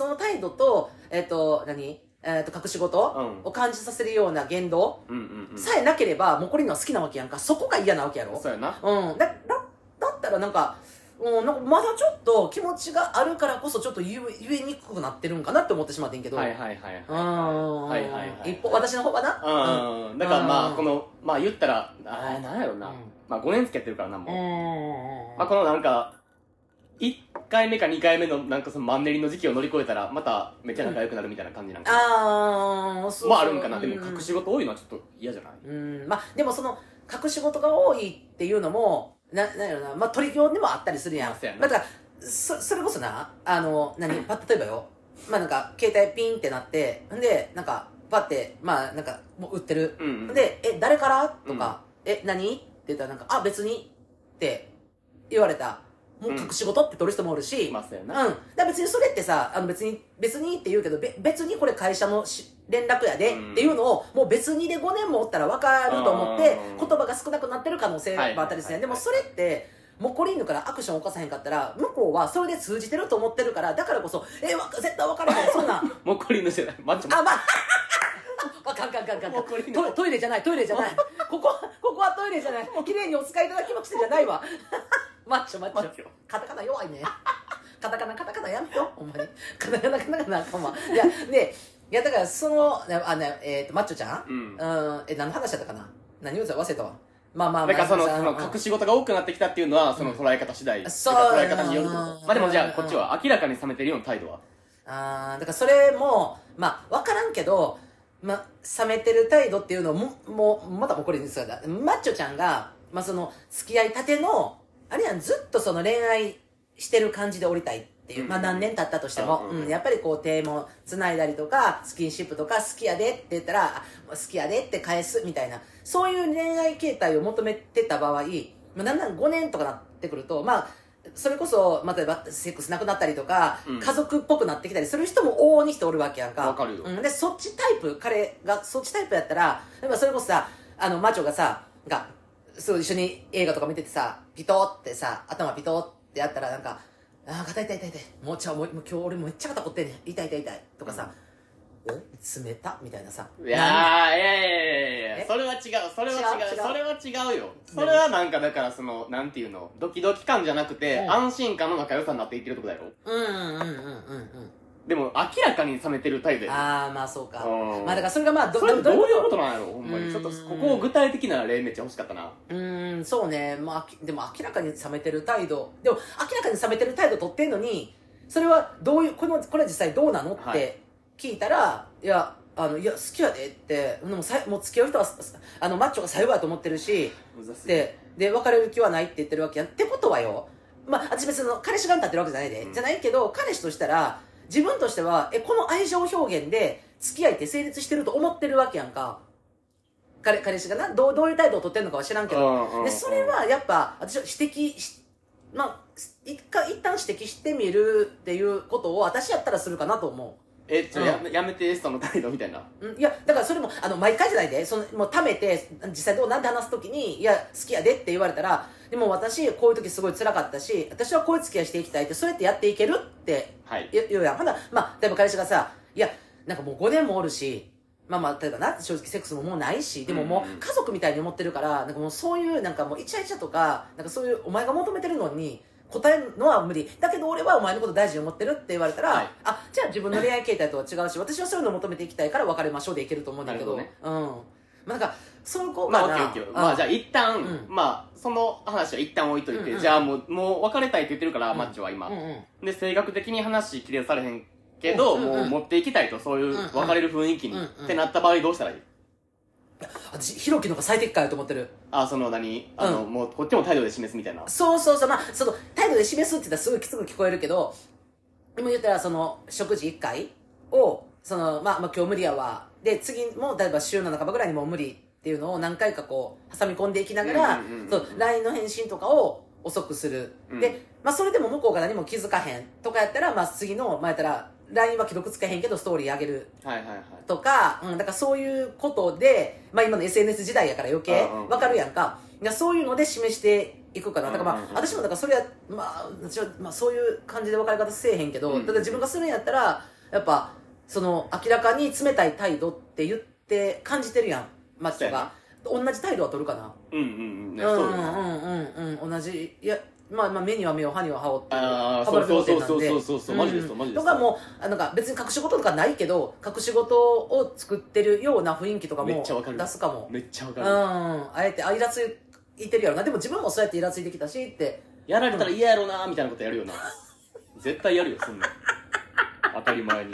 隠し事を感じさせるような言動さえなければ、もうこれのは好きなわけやんか。そこが嫌なわけやろ。 そうやな。 だったらなんか、なんかまだちょっと気持ちがあるからこそちょっと言えにくくなってるんかなって思ってしまってんけど。 一方、私の方はな。 だからまあ、この、まあ言ったら、なんやろな。まあ5年付き合ってるからな、もう。まあこのなんか、1回目か2回目のなんかそのマンネリの時期を乗り越えたらまためっちゃ仲良くなるみたいな感じなんかそうまああるんかな。でも隠し事多いのはちょっと嫌じゃない？ まあでもその隠し事が多いっていうのもなんやろな、まあ取り業でもあったりするやん。だからそれこそな、例えばよ、まあなんか携帯ピンってなってんでなんかパッてまあなんかもう売ってる、で誰からとか、何って言ったらなんか別にって言われた。もう隠し事って取る人もおるし、だから別にそれってさ、別にって言うけど、別にこれ会社の連絡やでっていうのを、もう別にで5年もおったら分かると思って、言葉が少なくなってる可能性もあったりする。でもそれって、もうコリンヌからアクションを起こさへんかったら、向こうはそれで通じてると思ってるから、だからこそ、絶対分からへん、そんな。 もうコリンヌじゃない、マッチョ。 トイレじゃない。ここはトイレじゃない。綺麗にお使いいただきましてじゃないわ。マッチョ。カタカナ弱いね。カタカナやめよ。ほんまに。カタカナあかんわ。いや、だからその、マッチョちゃん何の話だったかな、何を忘れたわ。まあ。 だからその隠し事が多くなってきたっていうのは、その捉え方次第。捉え方によると。まあでもじゃあ、こっちは明らかに冷めてるような態度は。 だからそれも、まあ、わからんけど、冷めてる態度っていうのもまたもうこれですが、マッチョちゃんが、その、付き合いたての、あれやん、ずっとその恋愛してる感じで降りたいっていう、何年経ったとしても、やっぱりこう手も繋いだりとか、スキンシップとか、好きやでって言ったら、好きやでって返すみたいな、そういう恋愛形態を求めてた場合、だんだん5年とかなってくると、それこそ、例えばセックスなくなったりとか、家族っぽくなってきたりする人も往々にしておるわけやんか。 わかるよ。 で、そっちタイプ、彼がそっちタイプやったら、例えばそれこそさ、マチョがさ、そう一緒に映画とか見ててさ、ピトーってさ、頭ピトーってやったらなんか、肩痛い。もう今日俺めっちゃ肩凝ってんねん。痛い。とかさ、冷たみたいなさ。 いやそれは違うそれは違う違うそれは違うよ。それはなんかだからそのなんていうのドキドキ感じゃなくて、安心感の仲良さになっていってるってことだろ。でも明らかに冷めてる態度やで。 ああまあそうか。まあだからそれがまあそれどういうことなんやろほんまに。ちょっとここを具体的な例めっちゃ欲しかったな。 そうね。まあでも明らかに冷めてる態度、でも明らかに冷めてる態度取ってんのに、それはどういうこれ実際どうなのって聞いたら、いや好きやでって、もう付き合う人はマッチョが最後やと思ってるし、で別れる気はないって言ってるわけやん。ってことはよ、まあ私別に彼氏が立ってるわけじゃないで、じゃないけど彼氏としたら自分としてはこの愛情表現で付き合いって成立してると思ってるわけやんか。彼氏がなどういう態度を取ってるのかは知らんけど、でそれはやっぱ私は指摘し、まあ一旦指摘してみるっていうことを私やったらするかなと思う。 やめてその態度みたいな。 いやだからそれも毎回じゃないで、もう貯めて実際なんで話す時に「いや好きやで」って言われたら、でも私こういう時すごい辛かったし、私はこういう付き合いしていきたいって、そうやってやっていけるって言うやん。まあ例えば彼氏がさ、いやなんかもう5年もおるし、まあ例えばな、正直セックスももうないし、でももう家族みたいに思ってるから、なんかもうそういうなんかもうイチャイチャとか、なんかそういうお前が求めてるのに答えるのは無理だけど、俺はお前のこと大事に思ってるって言われたら、じゃあ自分の恋愛形態とは違うし、私はそういうのを求めていきたいから別れましょうでいけると思うんだけど、まあなんかそういう子がな、 まあじゃあ一旦、まあその話は一旦置いといて、じゃあもう別れたいって言ってるから、マッチョは今で性格的に話切れされへんけど、もう持っていきたいと、そういう別れる雰囲気にってなった場合どうしたらいい？ 私ひろきのが最適解やと思ってる。 もうこっちも態度で示すみたいな。 そうまあその態度で示すって言ったらすごいきつく聞こえるけど、今言ったらその食事1回をまあ今日無理やわで、次も例えば週の半ばぐらいにもう無理っていうのを何回かこう挟み込んでいきながら、LINE の返信とかを遅くする、でまあそれでも向こうが何も気づかへんとかやったら、まあ次のやったらLINE は既読つけへんけどストーリー上げるとか、だからそういうことで、まあ今の SNS 時代やから余計わかるやんか。そういうので示していくかな。だからまあ私もだからそれはまあ私はまあそういう感じで別れ方せえへんけど、ただ自分がするんやったらやっぱ明らかに冷たい態度って言って感じてるやん、マッチョが。同じ態度は取るかな。同じ。いやまあ目には目を歯には歯をっていうそうマジですとかもなんか別に隠し事とかないけど、隠し事を作ってるような雰囲気とかも出すかも。 めっちゃわかる。 あえてイラついてるやろな。でも自分もそうやってイラついてきたしって、 やられたら嫌やろなみたいなことやるよな。絶対やるよそんな。当たり前に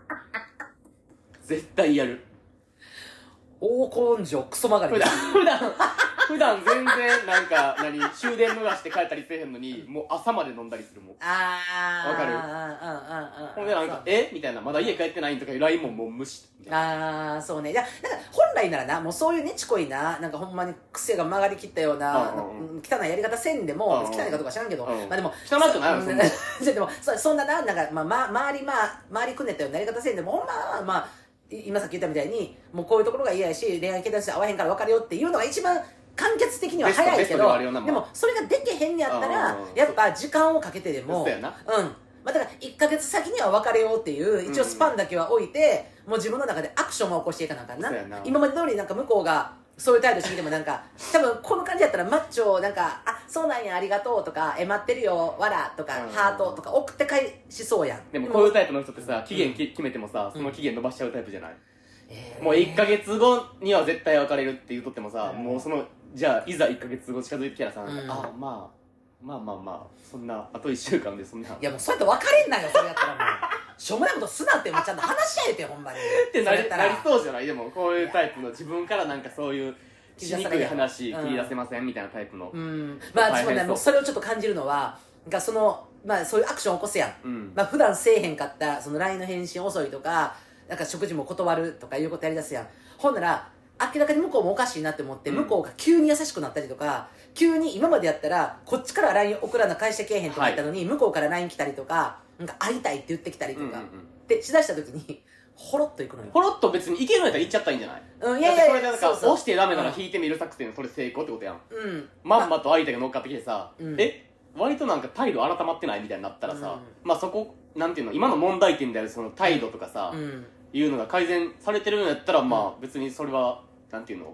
絶対やる。 大根性クソ曲がり。 普段全然なんか終電逃して帰ったりせえへんのに、もう朝まで飲んだりするもん。わかる。ほんでなんかみたいな、まだ家帰ってないんとかいう LINE ももう無視みたいな。 そうね。いやなんか本来ならな、もうそういうねちこいな、なんかほんまに癖が曲がりきったような汚いやり方せんでも、汚いかどうか知らんけど、まあでも汚くないよそんな。 でもそんななんか周りくねったようなやり方せんでも、ほんまあ今さっき言ったみたいにもうこういうところが嫌やし、恋愛形態して合わへんから別れようっていうのが一番簡潔的には早いけど、でもそれができへんやったらやっぱ時間をかけてでも、まあ、だから1ヶ月先には別れようっていう一応スパンだけは置いて、もう自分の中でアクションを起こしていかなあかんな。今まで通りなんか向こうがそういう態度してきてもなんか多分この感じやったらマッチョなんか「あそうなんやありがとう」とか「待ってるよわら」とか「ハート」とか送って返しそうやん。 でもこういうタイプの人ってさ、期限決めてもさ、その期限伸ばしちゃうタイプじゃない？もう1ヶ月後には絶対別れるって言うとってもさ、もうじゃあいざ1ヶ月後近づいてきたらさ、まあそんなあと1週間でそんな、いやもうそうやって別れんなよ。それやったらもうしょうもないことすなって、もうちゃんと話し合えてほんまにってなりそうじゃない？でもこういうタイプの自分からなんかそういうしにくい話切り出せませんみたいなタイプの、 まあ私もね、もうそれをちょっと感じるのはがまあそういうアクションを起こすやん、まあ普段せえへんかったLINE の返信遅いとか、なんか食事も断るとかいうことやりだすやん。ほんなら明らかに向こうもおかしいなって思って、向こうが急に優しくなったりとか、急に今までやったらこっちから LINE 送らな返してけえへんとか言ったのに、向こうから LINE 来たりとか、なんか会いたいって言ってきたりとかってしだした時にほろっといくのよ。 ほろっと別にいけるんやったら行っちゃったらいいんじゃない？いやいや、それでなんか押してダメなら引いてみる作戦、それ成功ってことやん。まんまと相手が乗っかってきてさ、割となんか態度改まってないみたいになったらさ、まあそこなんていうの、今の問題点であるその態度とかさ、いうのが改善されてるんやったら、まあ別にそれはなんていうの、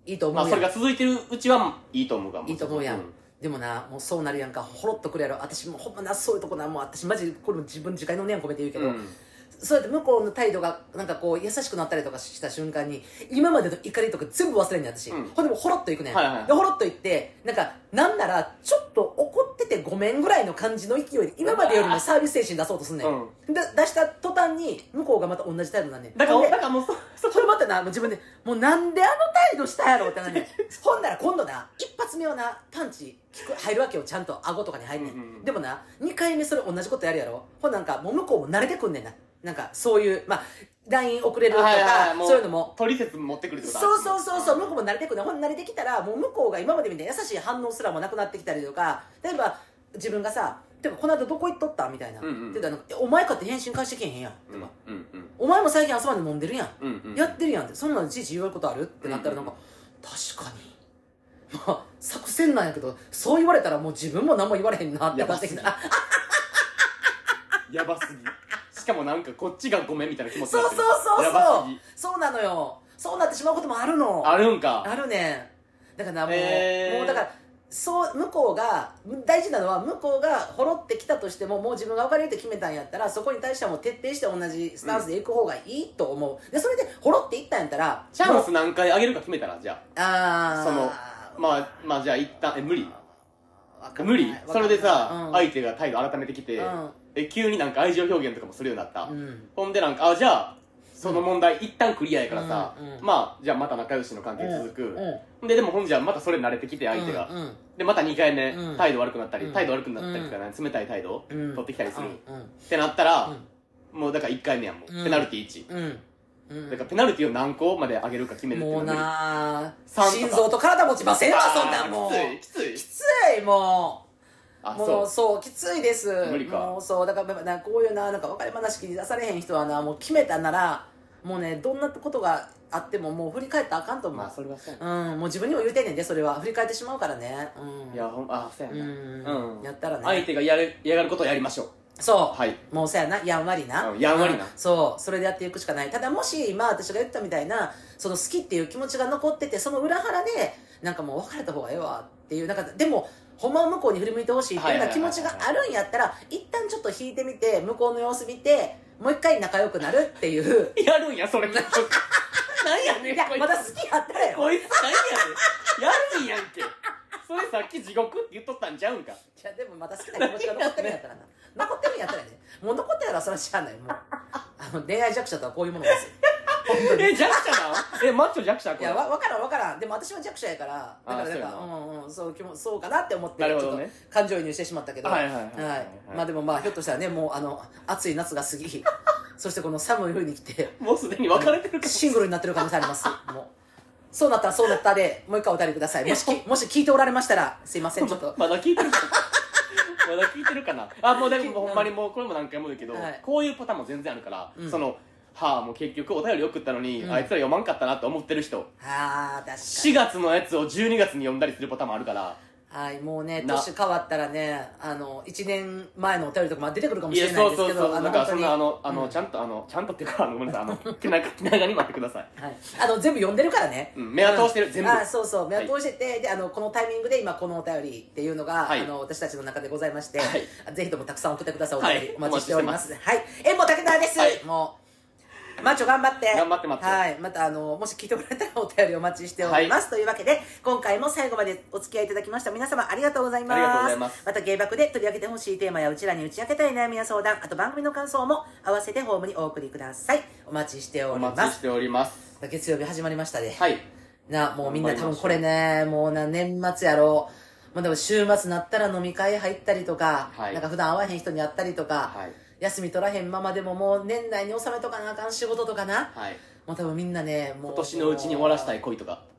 いいと思うやん。 まあそれが続いてるうちはいいと思うがいいと思うやん。でもな、もうそうなるやんか、ほろっとくるやろ。私もうほんまな、そういうとこな、もう私マジこれも自分自戒の念込めて言うけど、そうやって向こうの態度がなんかこう優しくなったりとかした瞬間に今までの怒りとか全部忘れんねん私、ほんでもほろっといくねん、でほろっといってなんならちょっと怒っててごめんぐらいの感じの勢いで今までよりもサービス精神出そうとすんねん、で出した途端に向こうがまた同じ態度なんねん。 だからもうそれまたな、もう自分でもうなんであの態度したやろってなんねんほんなら今度な一発目はなパンチ入るわけよ、ちゃんと顎とかに入んねん、でもな2回目それ同じことやるやろ、ほんなんかもう向こうも慣れてくんねんな、なんかそういうまあ LINE 送れるとか、そういうのも取説持ってくるってことそう向こうも慣れてくるね、ほん慣れてきたらもう向こうが今までみたいな優しい反応すらもなくなってきたりとか、例えば自分がさ「てかこの間どこ行っとった?」みたいな、って言ったら「お前かって返信返してけへんやん」とか、お前も最近朝まで飲んでるやん、やってるやん」って、そんなのいちいち言われることあるってなったらなんか、確かにまあ作戦なんやけど、そう言われたらもう自分も何も言われへんなってなってきた。 やばすぎ。しかもなんかこっちがごめんみたいな気持ちにそうなってる。 そうなのよ、そうなってしまうこともあるの。 あるんか。 あるねん。だからな、もうだからそう向こうが大事なのは、向こうがほろってきたとしてももう自分が別れるって決めたんやったら、そこに対してはもう徹底して同じスタンスでいく方がいいと思う、でそれでほろっていったんやったらチャンス何回あげるか決めたら、じゃあそのまあじゃあ一旦無理それでさ、相手が態度改めてきて、急になんか愛情表現とかもするようになった、ほんでなんかじゃあその問題一旦クリアやからさ、まあじゃあまた仲良しの関係続く、でもほんじゃまたそれ慣れてきて相手が、でまた2回目態度悪くなったり、態度悪くなったりとか冷たい態度取ってきたりするってなったら、もうだから1回目やん、もうペナルティ1、だからペナルティを何個まで上げるか決めるっていうのはもうな心臓と体持ちませんわ、そんなんもうきついもうそうきついです。 無理か。 もうそうだからこういうなんか別れ話切り出されへん人はな、もう決めたならもうね、どんなことがあってももう振り返ったらあかんと思う。 まあそれはそうもう自分にも言うてんねんで、それは振り返ってしまうからね。 いやそうやな、 やったらね、 相手が嫌がることをやりましょう。 そう、もうそうやな、やんわりな、 やんわりな、 それでやっていくしかない。ただもし今私が言ったみたいなその好きっていう気持ちが残ってて、その裏腹でなんかもう別れた方がええわっていう、なんかでもほんまは向こうに振り向いてほしいっていうような気持ちがあるんやったら、一旦ちょっと引いてみて向こうの様子見てもう一回仲良くなるっていうやるんやそれ。何やねん、 いやまだ好きやったらよ、 こいつ何やねん、やるんやんけ。それさっき地獄って言っとったんちゃうんか。 じゃでもまだ好きな気持ちが残ってるんやったらな、残ってるんやったらね、もう残ってたらそれはしゃあない。もう恋愛弱者とはこういうものですよ。 弱者なの？マッチョ弱者？ いや分からん。でも私は弱者やから、だからそうかなって思ってちょっと感情移入してしまったけど、まあでもまあひょっとしたらね、もう暑い夏が過ぎそしてこの寒い冬に来てもうすでに別れてるかも、 シングルになってる可能性あります。もうそうなったらそうなったでもう一回お便りください。もし聞いておられましたらすいません、ちょっとまだ聞いてるかなまだ聞いてるかな。もうでもほんまにもうこれも何回も言うけど、こういうパターンも全然あるから、もう結局お便り送ったのに、あいつら読まんかったなって思ってる人、 確かに 4月のやつを12月に読んだりするパターンもあるから、 もうね、年変わったらね、1年前のお便りとかも出てくるかもしれないですけど、 だからそんなちゃんとっていうか、ごめんなさい、気長に待ってください。 全部読んでるからね。 目は通してる、全部。 そう目は通してて、でこのタイミングで今このお便りっていうのが私たちの中でございまして、ぜひともたくさん送ってください。お便りお待ちしております。はい、もう武田です。もうマッチョ頑張ってます。 またもし聞いてもらえたらお便りお待ちしております。というわけで今回も最後までお付き合いいただきました皆様ありがとうございます。 ありがとうございます。 また芸爆で取り上げてほしいテーマやうちらに打ち明けたい悩みや相談、あと番組の感想も合わせてホームにお送りください。お待ちしております。 お待ちしております。 月曜日始まりましたで、もうみんな多分これね、もう年末やろう、でも週末なったら飲み会入ったりとか、なんか普段会わへん人に会ったりとか、休み取らへんままでももう年内に収めとかなあかん仕事とかな、もう多分みんなね、もう今年のうちに終わらしたい恋とか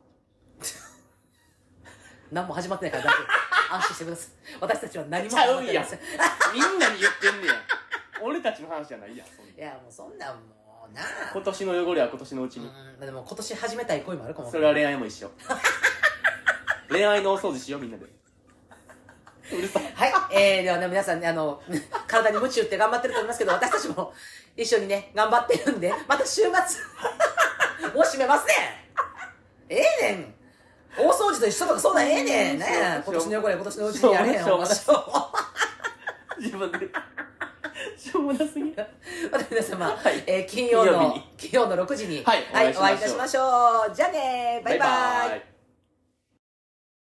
何も始まってないから大丈夫安心してください。私たちは何も始まってないです。 みんなに言ってんねや。俺たちの話じゃないやん。 いやもうそんなんもうな、 今年の汚れは今年のうちに。 でも今年始めたい恋もあるかも。 それは恋愛も一緒。恋愛のお掃除しようみんなで。うるさい。 はい、ではね皆さんね、体に鞭打って頑張ってると思いますけど、私たちも一緒にね頑張ってるんで、また週末もう締めますね。ええねん。 大掃除と一緒とかそんなんええねんね。今年の汚れ今年のうちにやれへん。 しょうもな自分でしょうもなすぎる。 また皆様、 はい金曜の6時に、 はいお会いいたしましょう。じゃあね、バイバイ。